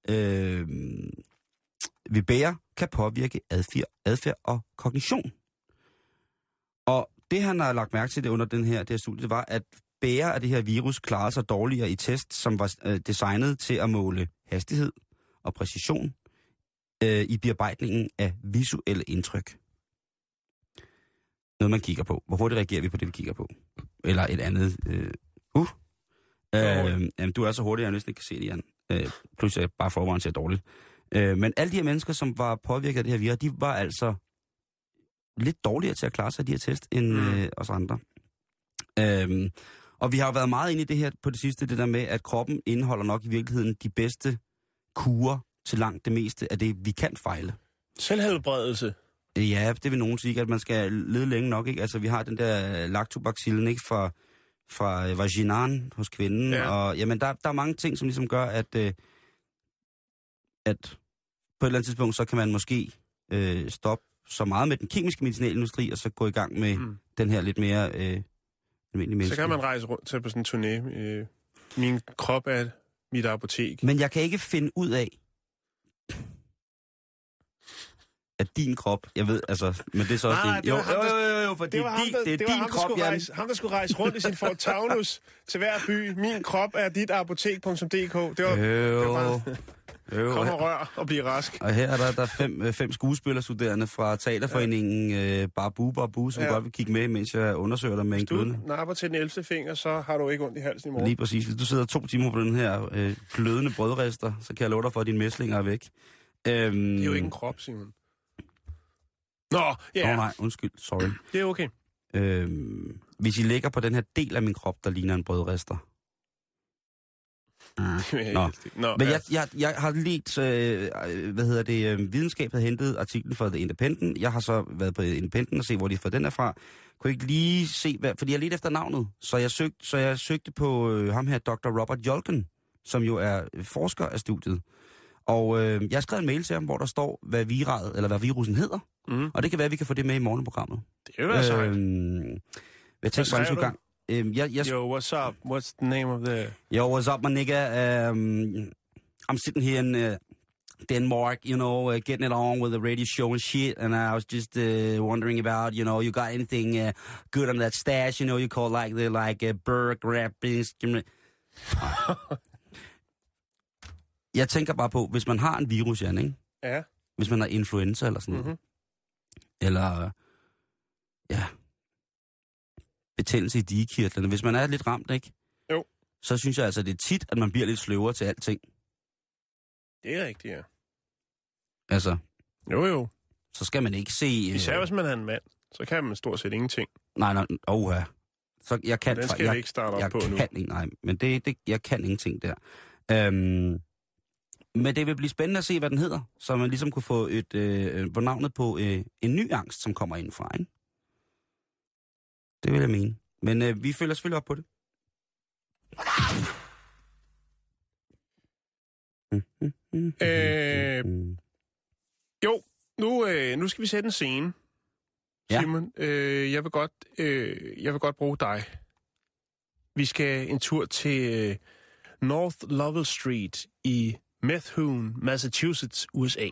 D: ved bære kan påvirke adfærd og kognition. Og det, han har lagt mærke til det under det her studie, det var, at bære af det her virus klarede sig dårligere i test, som var designet til at måle hastighed og præcision i bearbejdningen af visuelle indtryk. Noget, man kigger på. Hvor hurtigt reagerer vi på det, vi kigger på? Eller et andet. Jamen, du er så hurtig, at jeg næsten ikke kan se det, Jan. Pludselig er jeg bare forvejen ser dårligt. Men alle de her mennesker, som var påvirket af det her virus, de var altså lidt dårligere til at klare sig af de her test, end os andre. Og vi har jo været meget inde i det her på det sidste, det der med, at kroppen indeholder nok i virkeligheden de bedste kurer til langt det meste af det, vi kan fejle.
E: Selvhelbredelse.
D: Ja, det vil nogen sige, at man skal lede længe nok, ikke? Altså, vi har den der lactobacillen, ikke, fra vaginaen hos kvinden, og jamen, der er mange ting, som ligesom gør, at på et eller andet tidspunkt, så kan man måske stoppe så meget med den kemiske medicinalindustri, og så gå i gang med den her lidt mere almindelige menneske.
E: Så kan man rejse rundt til på sådan en turné. Min krop er mit apotek.
D: Men jeg kan ikke finde ud af, at din krop, jeg ved, altså, men det er så også...
E: for det er din krop, ham, der skulle rejse rundt i sin Ford Taunus til hver by. Min krop er dit apotek.dk. Det var bare... Kom og rør og blive rask.
D: Og her er der fem skuespillerstuderende fra Teaterforeningen Babu, som godt vil kigge med, mens jeg undersøger dig med en glødende.
E: Hvis du napper til den 11. finger, så har du ikke ondt i halsen i morgen.
D: Lige præcis. Hvis du sidder 2 timer på den her glødende brødrester, så kan jeg love dig for, at dine mæslinger er væk.
E: Det er jo ikke en krop, Simon. Nå, ja.
D: Nej, undskyld, sorry.
E: Det er okay.
D: Hvis I ligger på den her del af min krop, der ligner en brødrester. Nå. Men jeg har lidt, videnskab havde hentet artiklen fra The Independent. Jeg har så været på Independent og se, hvor de får den er fra. Kunne ikke lige se, fordi jeg ledte efter navnet. Så jeg søgte på ham her, Dr. Robert Jolken, som jo er forsker af studiet. Og jeg har skrevet en mail til ham, hvor der står, hvad virusen hedder. Mm. Og det kan være, at vi kan få det med i morgenprogrammet.
E: Det er jo sejt.
D: Jeg tænkte bare, en gang.
E: Yo, what's up? What's the name of the...
D: Yo, what's up, my nigga? I'm sitting here in Denmark, getting it on with the radio show and shit, and I was just wondering about, you got anything good on that stash, you call burg, rappings... Jeg tænker bare på, hvis man har en virus, Jan, ikke?
E: Ja.
D: Hvis man har influenza eller sådan noget. Eller, betændelse i digekirtlerne. Hvis man er lidt ramt, ikke?
E: Jo.
D: Så synes jeg altså, det er tit, at man bliver lidt sløvere til alting.
E: Det er rigtigt, ja.
D: Altså.
E: Jo.
D: Så skal man ikke se...
E: Især hvis man er en mand, så kan man stort set ingenting.
D: Nej, Så jeg kan...
E: Den skal jeg ikke starte op på nu.
D: Nej, men jeg kan ingenting der. Men det vil blive spændende at se, hvad den hedder, så man ligesom kunne få på navnet på en ny angst, som kommer indfra, ikke? Det vil jeg mene. Men vi følger selvfølgelig op på det.
E: Jo, nu skal vi sætte en scene. Ja. Simon, jeg vil godt bruge dig. Vi skal en tur til North Lovell Street i Methuen, Massachusetts, USA.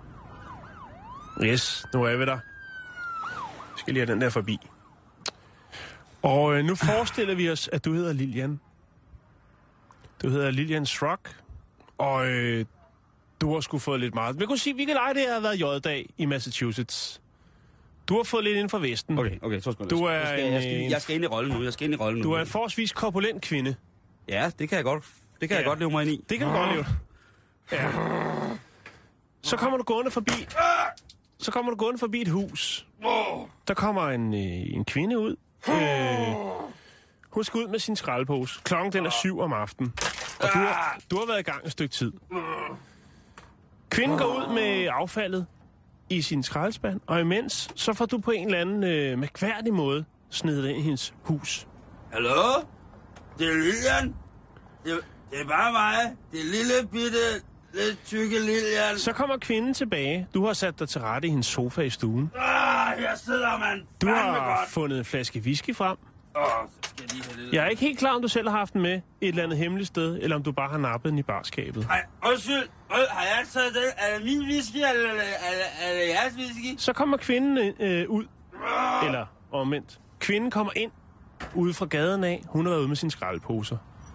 E: Yes, nu er vi der. Jeg skal lige have den der forbi. Og nu forestiller vi os, at du hedder Lillian. Du hedder Lillian Schrock, og du har sgu fået lidt meget. Vi kan lege, det har været J-dag i Massachusetts. Du har fået lidt inden for Vesten.
D: Okay, så skal
E: du
D: jeg skal ind i rollen nu.
E: Du er en forholdsvis korpulent kvinde.
D: Ja, det kan jeg godt. Det kan jeg godt leve mig ind i.
E: Det kan du godt leve. Ja. Så kommer du gående forbi et hus. Der kommer en kvinde ud. Hun skal ud med sin skraldepose. Klokken den er 7 om aftenen. Og du har været i gang et stykke tid. Kvinden går ud med affaldet i sin skraldespand, og imens så får du på en eller anden mærkværdig måde snedet ind i hendes hus.
D: Hallo? Det er Lillian. Det er bare mig. Det er lille bitte, lidt tykke Lillian.
E: Så kommer kvinden tilbage. Du har sat dig til rette i hendes sofa i stuen.
D: Jeg sidder, mand.
E: Du har fundet en flaske whisky frem.
D: Så skal jeg lige have lidt.
E: Jeg er ikke helt klar, om du selv har haft den med et eller andet hemmeligt sted, eller om du bare har nappet den i barskabet.
D: Undskyld. Har jeg taget det? Er det min whisky, eller er det jeres whisky?
E: Så kommer kvinden ud. Eller omvendt. Kvinden kommer ind ude fra gaden af. Hun har været ude med sine skraldeposer.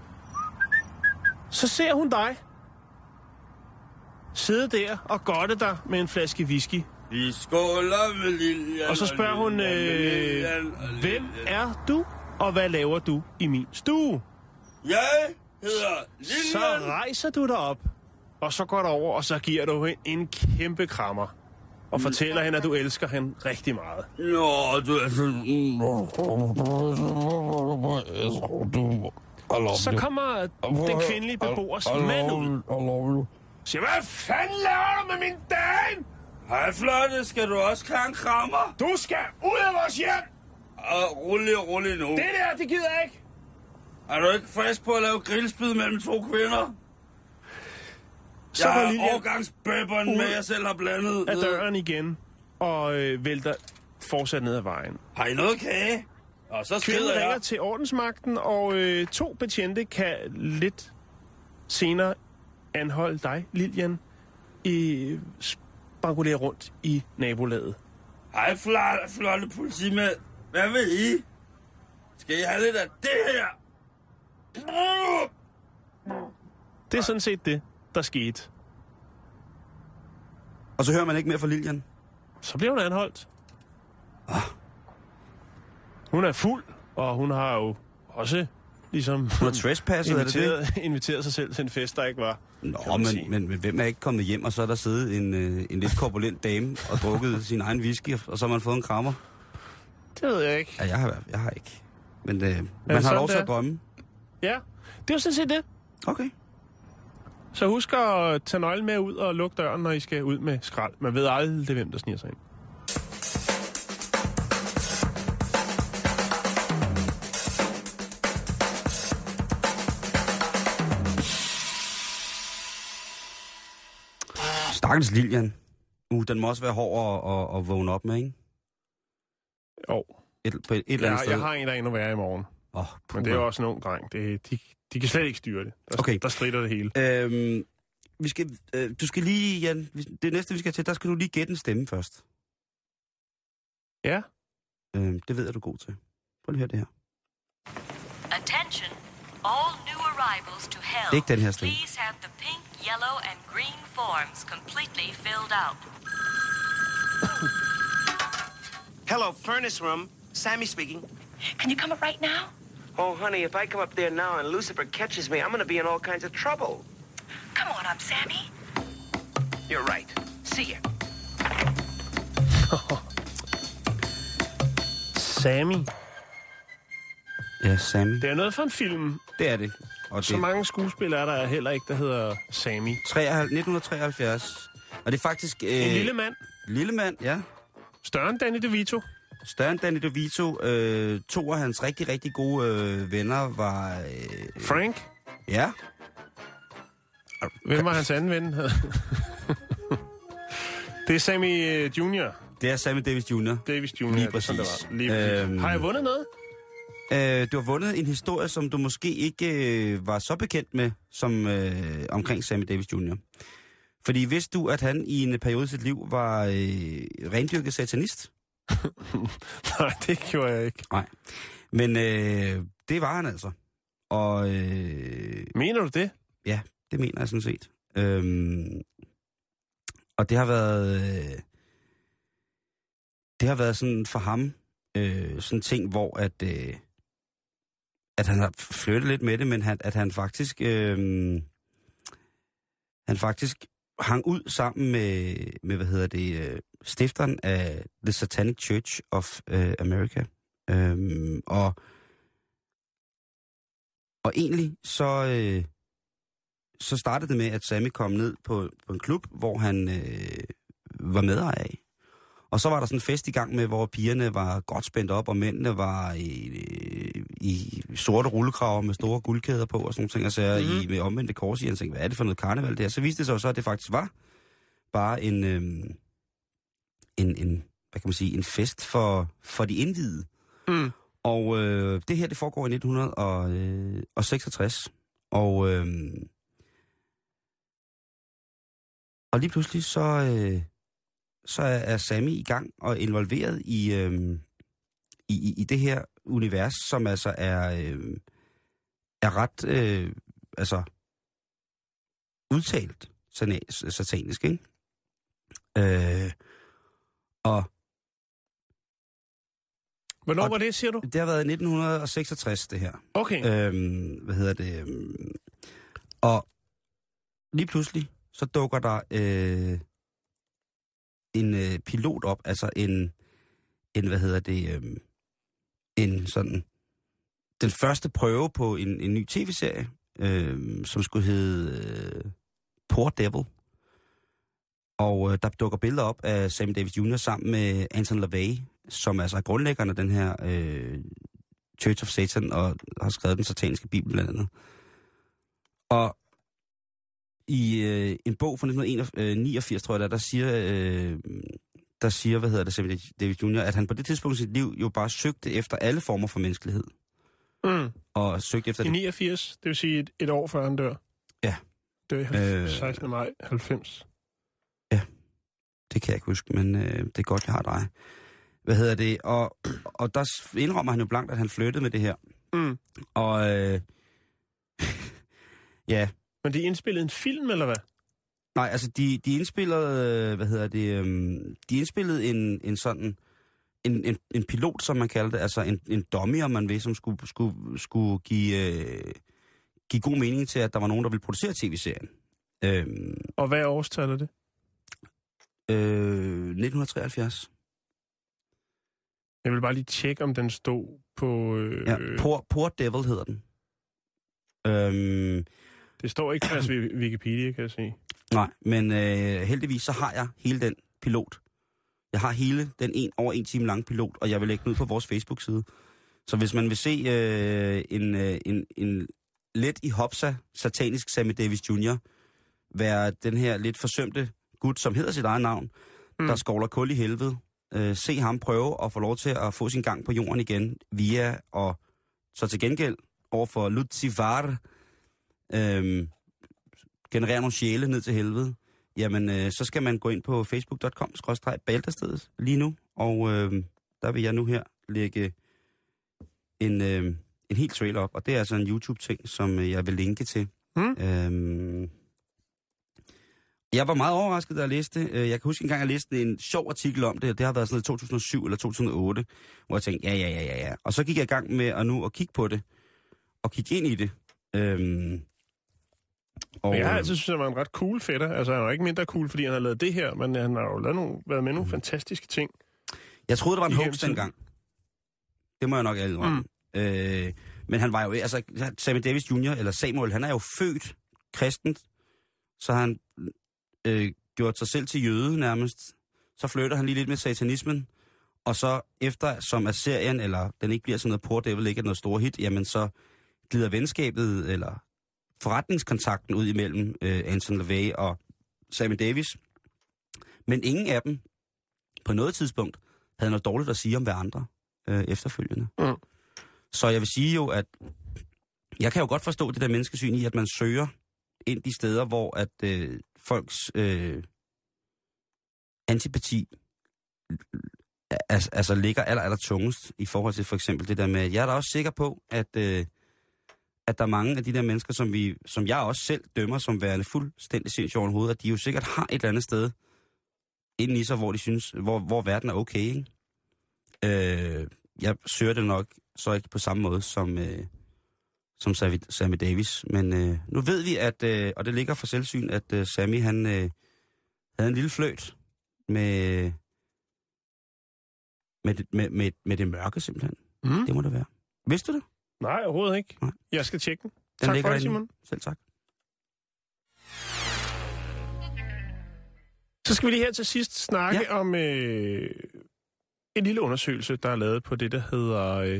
E: Så ser hun dig sidde der og godte dig med en flaske whisky.
D: Vi skåler med Lillian.
E: Og så spørger hun, hvem er du, og hvad laver du i min stue?
D: Jeg hedder Lillian.
E: Så rejser du dig op, og så går du over, og så giver du hende en kæmpe krammer. Og fortæller hende, at du elsker hende rigtig meget.
D: Nå, du er
E: Så kommer den kvindelige beboers mand ud. Siger, hvad fanden laver du med min dame?
D: Hej, Flotte. Skal du også have en krammer?
E: Du skal ud af vores hjem!
D: Og rolig nu.
E: Det der, det gider jeg ikke.
D: Er du ikke frisk på at lave grillspyd mellem 2 kvinder?
E: Så
D: jeg har årgangsbøbberen med, jeg selv har blandet.
E: Af døren igen, og vælter fortsat ned ad vejen.
D: Har I noget kage? Og så
E: kvinden ringer til ordensmagten, og 2 betjente kan lidt senere anholde dig, Lillian, i spankulere rundt i nabolaget.
D: Hej, flotte politimænd. Hvad vil I? Skal I have lidt af det her?
E: Det er sådan set det, der skete.
D: Og så hører man ikke mere fra Lilian?
E: Så bliver hun anholdt. Hun er fuld, og hun har jo også ligesom
D: Hun har trespasset,
E: inviteret sig selv til en fest, der ikke var.
D: Nå, men hvem er ikke kommet hjem, og så er der siddet en lidt korpulent dame og drukket sin egen whisky, og så har man fået en krammer?
E: Det ved jeg ikke.
D: Ja, jeg har ikke. Men man har lov til at drømme.
E: Ja, det er jo sådan set det.
D: Okay.
E: Så husk at tage nøglen med ud og lukke døren, når I skal ud med skrald. Man ved aldrig, hvem der sniger sig ind.
D: Stakkels Lilian. Den må også være hård at vågne op med, ikke?
E: Jo.
D: På et eller andet sted.
E: Jeg har en, der er endnu værre i morgen. Men det er jo også en ung dreng. De kan slet ikke styre det. Der strider det hele.
D: Du skal lige, Jan, det næste vi skal til, der skal du lige gætte en stemme først.
E: Ja.
D: Det ved jeg, du er god til. Prøv lige at høre det her.
H: Attention, all new arrivals to hell.
D: Det er ikke den her stemme.
H: Please have the pink, yellow and green forms completely filled out.
I: Hello, furnace room. Sammy speaking.
H: Can you come up right now?
I: Oh, honey, if I come up there now and Lucifer catches me, I'm going to be in all kinds of trouble.
H: Come on up, Sammy.
I: You're right. See ya.
E: Sammy.
D: Ja, Sammy.
E: Det er noget for en film.
D: Det er det. Og
E: så mange skuespillere er der heller ikke, der hedder Sammy.
D: 1973. Og det er faktisk...
E: en lille mand.
D: Lille mand, ja.
E: Større end Danny DeVito.
D: Større end Danny DeVito. To af hans rigtig, rigtig gode venner var...
E: Frank?
D: Ja.
E: Hvem var hans anden ven? Det er Sammy Jr.
D: Det er Sammy Davis Jr.
E: Davis Jr.
D: Lige præcis.
E: Har jeg vundet noget?
D: Du har vundet en historie, som du måske ikke var så bekendt med, som omkring Sammy Davis Jr. Fordi vidste du, at han i en periode i sit liv var rendyrket satanist?
E: Nej, det gjorde jeg ikke.
D: Nej, men det var han altså. Og,
E: mener du det?
D: Ja, det mener jeg sådan set. Og det har været sådan for ham sådan en ting, hvor at han har flyttet lidt med det, men at han faktisk hang ud sammen med stifteren af The Satanic Church of America. Og egentlig så startede det med, at Sammy kom ned på en klub, hvor han var medejer af. Og så var der sådan en fest i gang med, hvor pigerne var godt spændt op, og mændene var i sorte rullekraver med store guldkæder på, og sådan nogle ting, og så med omvendte kors i, og tænkte, hvad er det for noget karneval der? Så viste det sig så, at det faktisk var bare en hvad kan man sige, en fest for de indvidede. Mm. Og det her, det foregår i 1966, og lige pludselig så er Sammy i gang og involveret i det her univers, som altså er ret udtalt satanisk, ikke? Og
E: hvornår var det, siger du?
D: Det har været 1966, det her.
E: Okay.
D: Og lige pludselig, så dukker der en pilot op, altså en sådan, den første prøve på en ny tv-serie, som skulle hedde Poor Devil. Og der dukker billeder op af Sammy Davis Jr. sammen med Anton LaVey, som altså er grundlæggeren af den her Church of Satan, og har skrevet den sataniske bibel blandt andet. Og i en bog fra 1989, tror jeg, der siger Sammy Davis Jr., at han på det tidspunkt i sit liv jo bare søgte efter alle former for menneskelighed.
E: Mm.
D: Og søgte efter
E: i 89, det vil sige et år før han dør.
D: Ja.
E: Dør 16. maj 90.
D: Ja, det kan jeg ikke huske, men det er godt, jeg har dig. Og der indrømmer han jo blankt, at han flyttede med det her.
E: Mm.
D: Og ja.
E: Men det er indspillet en film, eller hvad?
D: Nej, altså de indspillede, de indspillede en sådan, en pilot, som man kalder det, altså en dummy, om man vil, som skulle give god mening til, at der var nogen, der ville producere tv-serien.
E: Og hvad årstal er det?
D: 1973.
E: Jeg vil bare lige tjekke, om den stod på...
D: Ja, Poor Devil hedder den.
E: Det står ikke på Wikipedia, kan jeg sige.
D: Nej, men heldigvis så har jeg hele den pilot. Jeg har hele den over 1 time lange pilot, og jeg vil lægge den ud på vores Facebook-side. Så hvis man vil se en let i hopsa satanisk Sammy Davis Jr. være den her lidt forsømte gut, som hedder sit eget navn, der skovler kul i helvede, se ham prøve at få lov til at få sin gang på jorden igen via, og så til gengæld overfor Lucifer, generere nogle sjæle ned til helvede, jamen så skal man gå ind på facebook.com/Balderstedet lige nu, og der vil jeg nu her lægge en helt trailer op, og det er altså en YouTube-ting, som jeg vil linke til. Jeg var meget overrasket, da jeg læste det. Jeg kan huske engang, jeg læste en sjov artikel om det. Det har været sådan i 2007 eller 2008, hvor jeg tænkte, ja. Og så gik jeg i gang med at kigge på det, og kigge ind i det.
E: Men jeg har altid synes, han var en ret cool fætter. Altså, han var ikke mindre cool, fordi han har lavet det her, men han har jo været med nogle fantastiske ting.
D: Jeg troede, det var en hoax dengang. Det må jeg nok alle om. Men han var jo, altså, Sammy Davis Jr., eller Samuel, han er jo født kristent, så han gjort sig selv til jøde nærmest. Så flytter han lige lidt med satanismen, og så efter, som at serien, eller den ikke bliver sådan noget Poor Devil, ikke noget store hit, jamen så glider venskabet, eller forretningskontakten ud imellem Anton LaVey og Sammy Davis. Men ingen af dem på noget tidspunkt havde noget dårligt at sige om hverandre efterfølgende. Så jeg vil sige jo, at jeg kan jo godt forstå det der menneskesyn i, at man søger ind de steder, hvor at folks antipati altså ligger aller tungest i forhold til for eksempel det der med, jeg er da også sikker på, at der er mange af de der mennesker, som jeg også selv dømmer som værende fuldstændig sindssygt over hovedet, at de jo sikkert har et eller andet sted inden i sig, hvor de synes, hvor verden er okay, ikke? Jeg søger det nok så ikke på samme måde som Sammy Davis, men nu ved vi, at, og det ligger for selvsyn, at Sammy, han havde en lille fløjt med det mørke, simpelthen. Det må det være. Vidste du det?
E: Nej, overhovedet ikke. Nej. Jeg skal tjekke den.
D: Tak
E: for det, Simon.
D: Selv tak.
E: Så skal vi lige her til sidst snakke om en lille undersøgelse, der er lavet på det, der hedder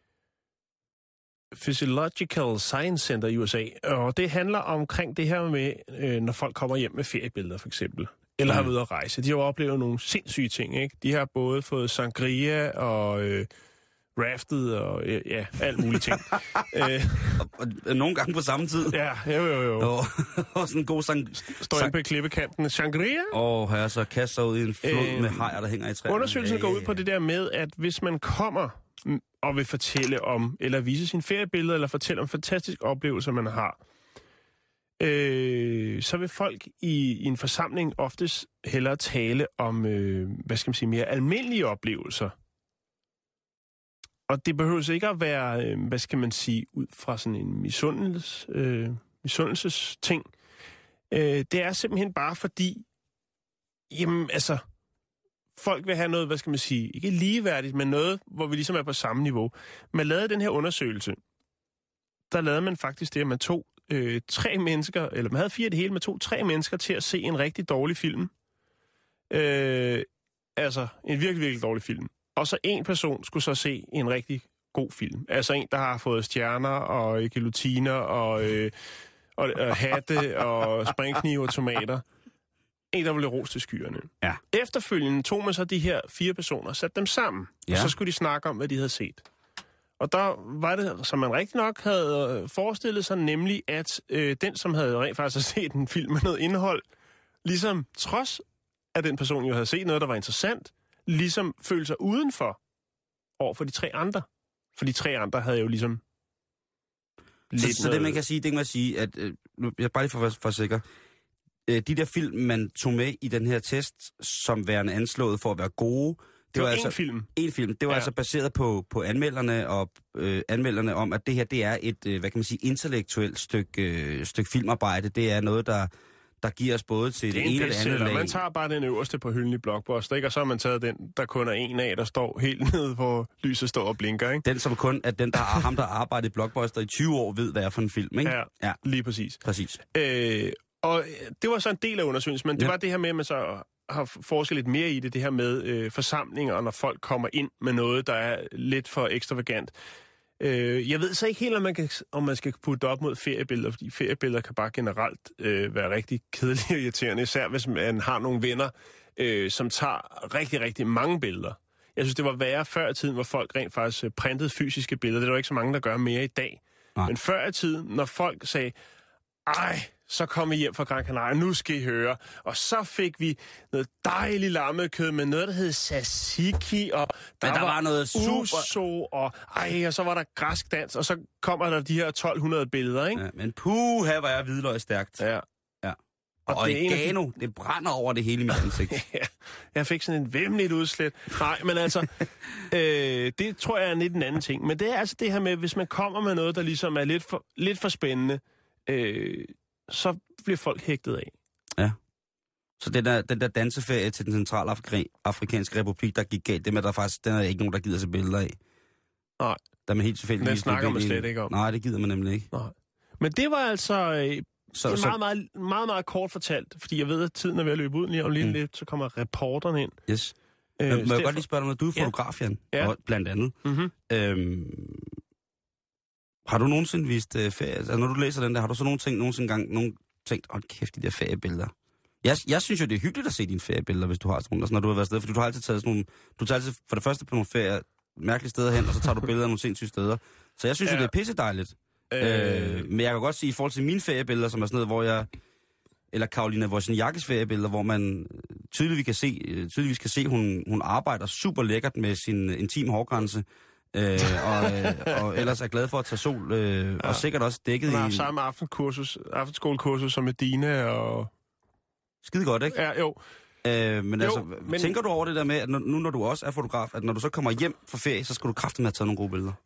E: Physiological Science Center i USA. Og det handler omkring det her med, når folk kommer hjem med feriebilleder, for eksempel. Eller har været ude at rejse. De har jo oplevet nogle sindssyge ting, ikke? De har både fået sangria og raftet og alt muligt ting.
D: og nogle gange på samme tid.
E: Ja, jo.
D: Og sådan en god
E: står inde på klippekanten. Sangria?
D: Her så kaster ud i en flod med hajer, der hænger i træerne.
E: Undersøgelsen går ud på det der med, at hvis man kommer og vil fortælle om, eller vise sine feriebilleder, eller fortælle om fantastiske oplevelser, man har, så vil folk i en forsamling oftest hellere tale om, mere almindelige oplevelser. Og det behøver ikke at være, ud fra sådan en misundelsesting. Det er simpelthen bare fordi, folk vil have noget, ikke ligeværdigt, men noget, hvor vi ligesom er på samme niveau. Man lavede den her undersøgelse, der lavede man faktisk det, at man tog 3 mennesker, eller man havde 4 det hele, man tog 3 mennesker til at se en rigtig dårlig film. En virkelig, virkelig dårlig film. Og så en person skulle så se en rigtig god film. Altså en, der har fået stjerner og guillotiner og hatte og springknive og tomater. En, der ville ros til skyerne.
D: Ja.
E: Efterfølgende tog man så de her 4 personer og satte dem sammen. Ja. Og så skulle de snakke om, hvad de havde set. Og der var det, som man rigtig nok havde forestillet sig, nemlig at den, som havde rent faktisk set en film med noget indhold, ligesom trods at den person jo havde set noget, der var interessant, ligesom følte sig udenfor over for de 3 andre. For de 3 andre havde jo ligesom...
D: Så det man kan sige, at nu, jeg bare lige for sikker, de der film, man tog med i den her test, som værende anslået for at være gode,
E: det var
D: altså
E: én film.
D: En film. Det var altså baseret på anmelderne, og anmelderne om, at det her, det er et, hvad kan man sige, intellektuelt stykke filmarbejde. Det er noget, der giver os både til det ene og det andet lag.
E: Man tager bare den øverste på hylden i Blockbuster, ikke? Og så har man taget den, der kun er en af, der står helt nede, hvor lyset står og blinker, ikke?
D: Den, som kun er den, der har ham, der har arbejdet i Blockbuster i 20 år, ved, hvad er for en film, ikke?
E: Ja. Lige præcis.
D: Præcis.
E: Og det var så en del af undersøgelsen, men det var det her med, at man så har forsket lidt mere i det her med forsamlinger, når folk kommer ind med noget, der er lidt for ekstravagant. Jeg ved så ikke helt, om man skal putte op mod feriebilleder, fordi feriebilleder kan bare generelt være rigtig kedelige og irriterende, især hvis man har nogle venner, som tager rigtig, rigtig mange billeder. Jeg synes, det var værre før i tiden, hvor folk rent faktisk printede fysiske billeder. Det er der ikke så mange, der gør mere i dag. Nej. Men før i tiden, når folk sagde, så kom vi hjem fra Gran Canaria, nu skal I høre. Og så fik vi noget dejligt lammekød med noget, der hed tzatziki, og der var noget uso, og så var der græsk dans, og så kommer der de her 1200 billeder, ikke?
D: Ja, men her var jeg hvidløg stærkt.
E: Ja.
D: Og oregano, det brænder over det hele i mit ansigt.
E: Ja, jeg fik sådan en vemmeligt udslæt. Nej, men altså, det tror jeg er lidt en anden ting. Men det er altså det her med, hvis man kommer med noget, der ligesom er lidt for spændende, så bliver folk hægtet af. Ja.
D: Så den der danseferie til den centralafrikanske republik, der gik galt, den er ikke nogen, der gider se billeder af.
E: Nej.
D: Der er man helt tilfældigt.
E: Den snakker man slet ikke om.
D: Nej, det gider man nemlig ikke.
E: Nej. Men det var altså meget kort fortalt, fordi jeg ved, at tiden er ved at løbe ud lige om lidt, så kommer reporterne ind.
D: Yes. Må jeg godt lige spørge dig noget? Du er fotograf, Jan, blandt andet. Mm-hmm. Har du nogensinde vist ferie? Altså, når du læser den der, har du så nogensinde tænkt, kæft, de der feriebilleder? Jeg synes jo, det er hyggeligt at se dine feriebilleder, hvis du har sådan nogle, når du har været afsted, fordi du har altid taget sådan nogle, du tager altid for det første på nogle ferier, mærkelige steder hen, og så tager du billeder af nogle sindssyge steder. Så jeg synes jo, det er pissedejligt. Men jeg kan godt sige, i forhold til mine feriebilleder, som er sådan noget, hvor jeg, eller Karolina Wozniakkis feriebilleder, hvor man tydeligvis kan se, hun arbejder super lækkert med sin intim hårgrænse, og ellers er glad for at tage sol, og sikkert også dækket i...
E: Hun har samme aftenskolekursus som Medina, og...
D: Skide godt, ikke?
E: Ja, jo.
D: Men tænker du over det der med, at når du også er fotograf, at når du så kommer hjem fra ferie, så skal du kraftigt med at tage nogle gode billeder?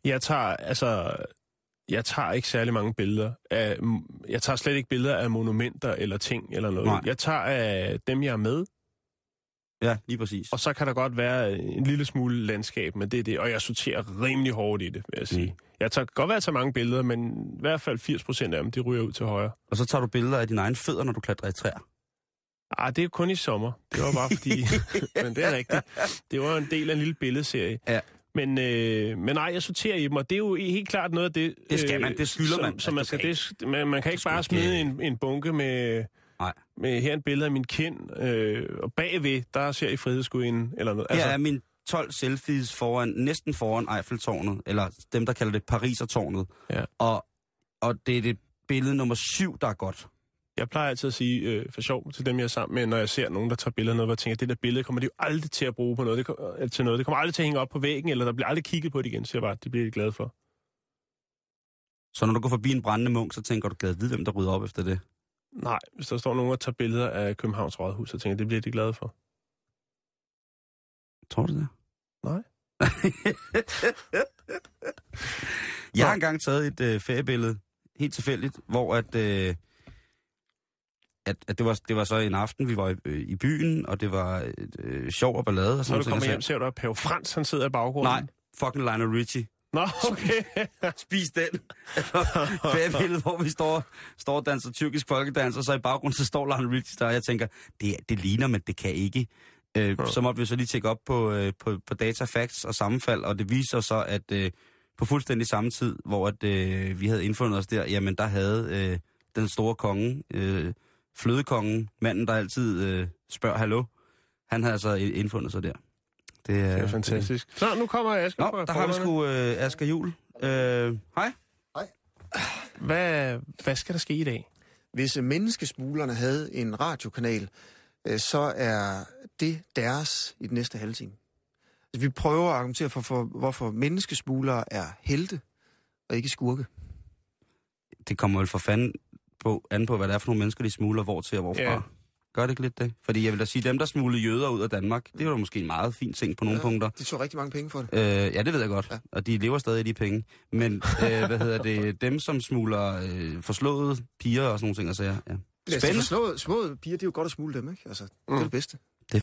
E: Jeg tager ikke særlig mange billeder. Jeg tager slet ikke billeder af monumenter eller ting eller noget. Nej. Jeg tager af dem, jeg er med.
D: Ja, lige præcis.
E: Og så kan der godt være en lille smule landskab, men det er det. Og jeg sorterer rimelig hårdt i det, vil jeg sige. Jeg tager godt være at tage mange billeder, men i hvert fald 80% af dem, de ryger ud til højre.
D: Og så tager du billeder af dine egne fødder, når du klatrer i træer?
E: Det er jo kun i sommer. Det var bare fordi... men det er rigtigt. Det var en del af en lille billedserie. Ja. Men nej, jeg sorterer i dem, og det er jo helt klart noget af det...
D: Det skal man, det skylder man.
E: Så man kan ikke bare smide en bunke med her en billede af min kind, og bagved, der ser I Frihedsgudinden eller noget.
D: Her er min 12 selfies næsten foran Eiffeltårnet, eller dem, der kalder det Parisertårnet. Ja. Og det er det billede nummer 7, der er godt.
E: Jeg plejer altid at sige for sjov til dem, jeg er sammen med, når jeg ser nogen, der tager billeder af noget, hvor jeg tænker, det der billede kommer de jo aldrig til at bruge på noget. Det kommer aldrig til at hænge op på væggen, eller der bliver aldrig kigget på det igen, så jeg bare, det bliver de glade for.
D: Så når du går forbi en brændende munk, så tænker du, kan vide, hvem der rydder op efter det?
E: Nej, hvis der står nogen, der tager billeder af Københavns Rådhus, så tænker jeg, det bliver de glade for.
D: Tror du det?
E: Nej.
D: Jeg har engang taget et feriebillede, helt tilfældigt, hvor at det var så en aften, vi var i byen, og det var sjov og ballade. Og
E: så du kommer hjem, ser du, at Pave Frans, han sidder i baggrunden?
D: Nej, fucking Lionel Richie.
E: Nå, okay.
D: Spis den. Feriebilledet, hvor vi står og danser tyrkisk folkedans, og så i baggrunden, så står Lionel Richie der, og jeg tænker, det ligner, men det kan ikke. Så måtte vi så lige tjekke op på data, facts og sammenfald, og det viser så, at på fuldstændig samme tid, hvor at, vi havde indfundet os der, jamen der havde den store konge, flødekongen, manden, der altid spørger hallo, han havde altså indfundet sig der.
E: Det er fantastisk. Så nu kommer Asger.
D: Nå, der har vi sgu Asger Juhl. Hej.
J: Hej.
E: Hvad skal der ske i dag?
J: Hvis menneskesmuglerne havde en radiokanal, så er det deres i den næste halve time. Altså, vi prøver at argumentere for, hvorfor menneskesmuglere er helte og ikke skurke.
D: Det kommer vel for fanden an på, hvad det er for nogle mennesker, de smugler, hvor til og hvorfra.
E: Ja.
D: Gør det ikke lidt det? Fordi jeg vil da sige, dem, der smuglede jøder ud af Danmark, det er jo måske en meget fin ting på nogle punkter.
J: De tog rigtig mange penge for det.
D: Ja, det ved jeg godt. Ja. Og de lever stadig af de penge. Men dem, som smugler forslåede piger og sådan nogle ting, og sager. Ja.
J: Spændende. Små piger, det er jo godt at smugle dem, ikke? Altså, det er det bedste.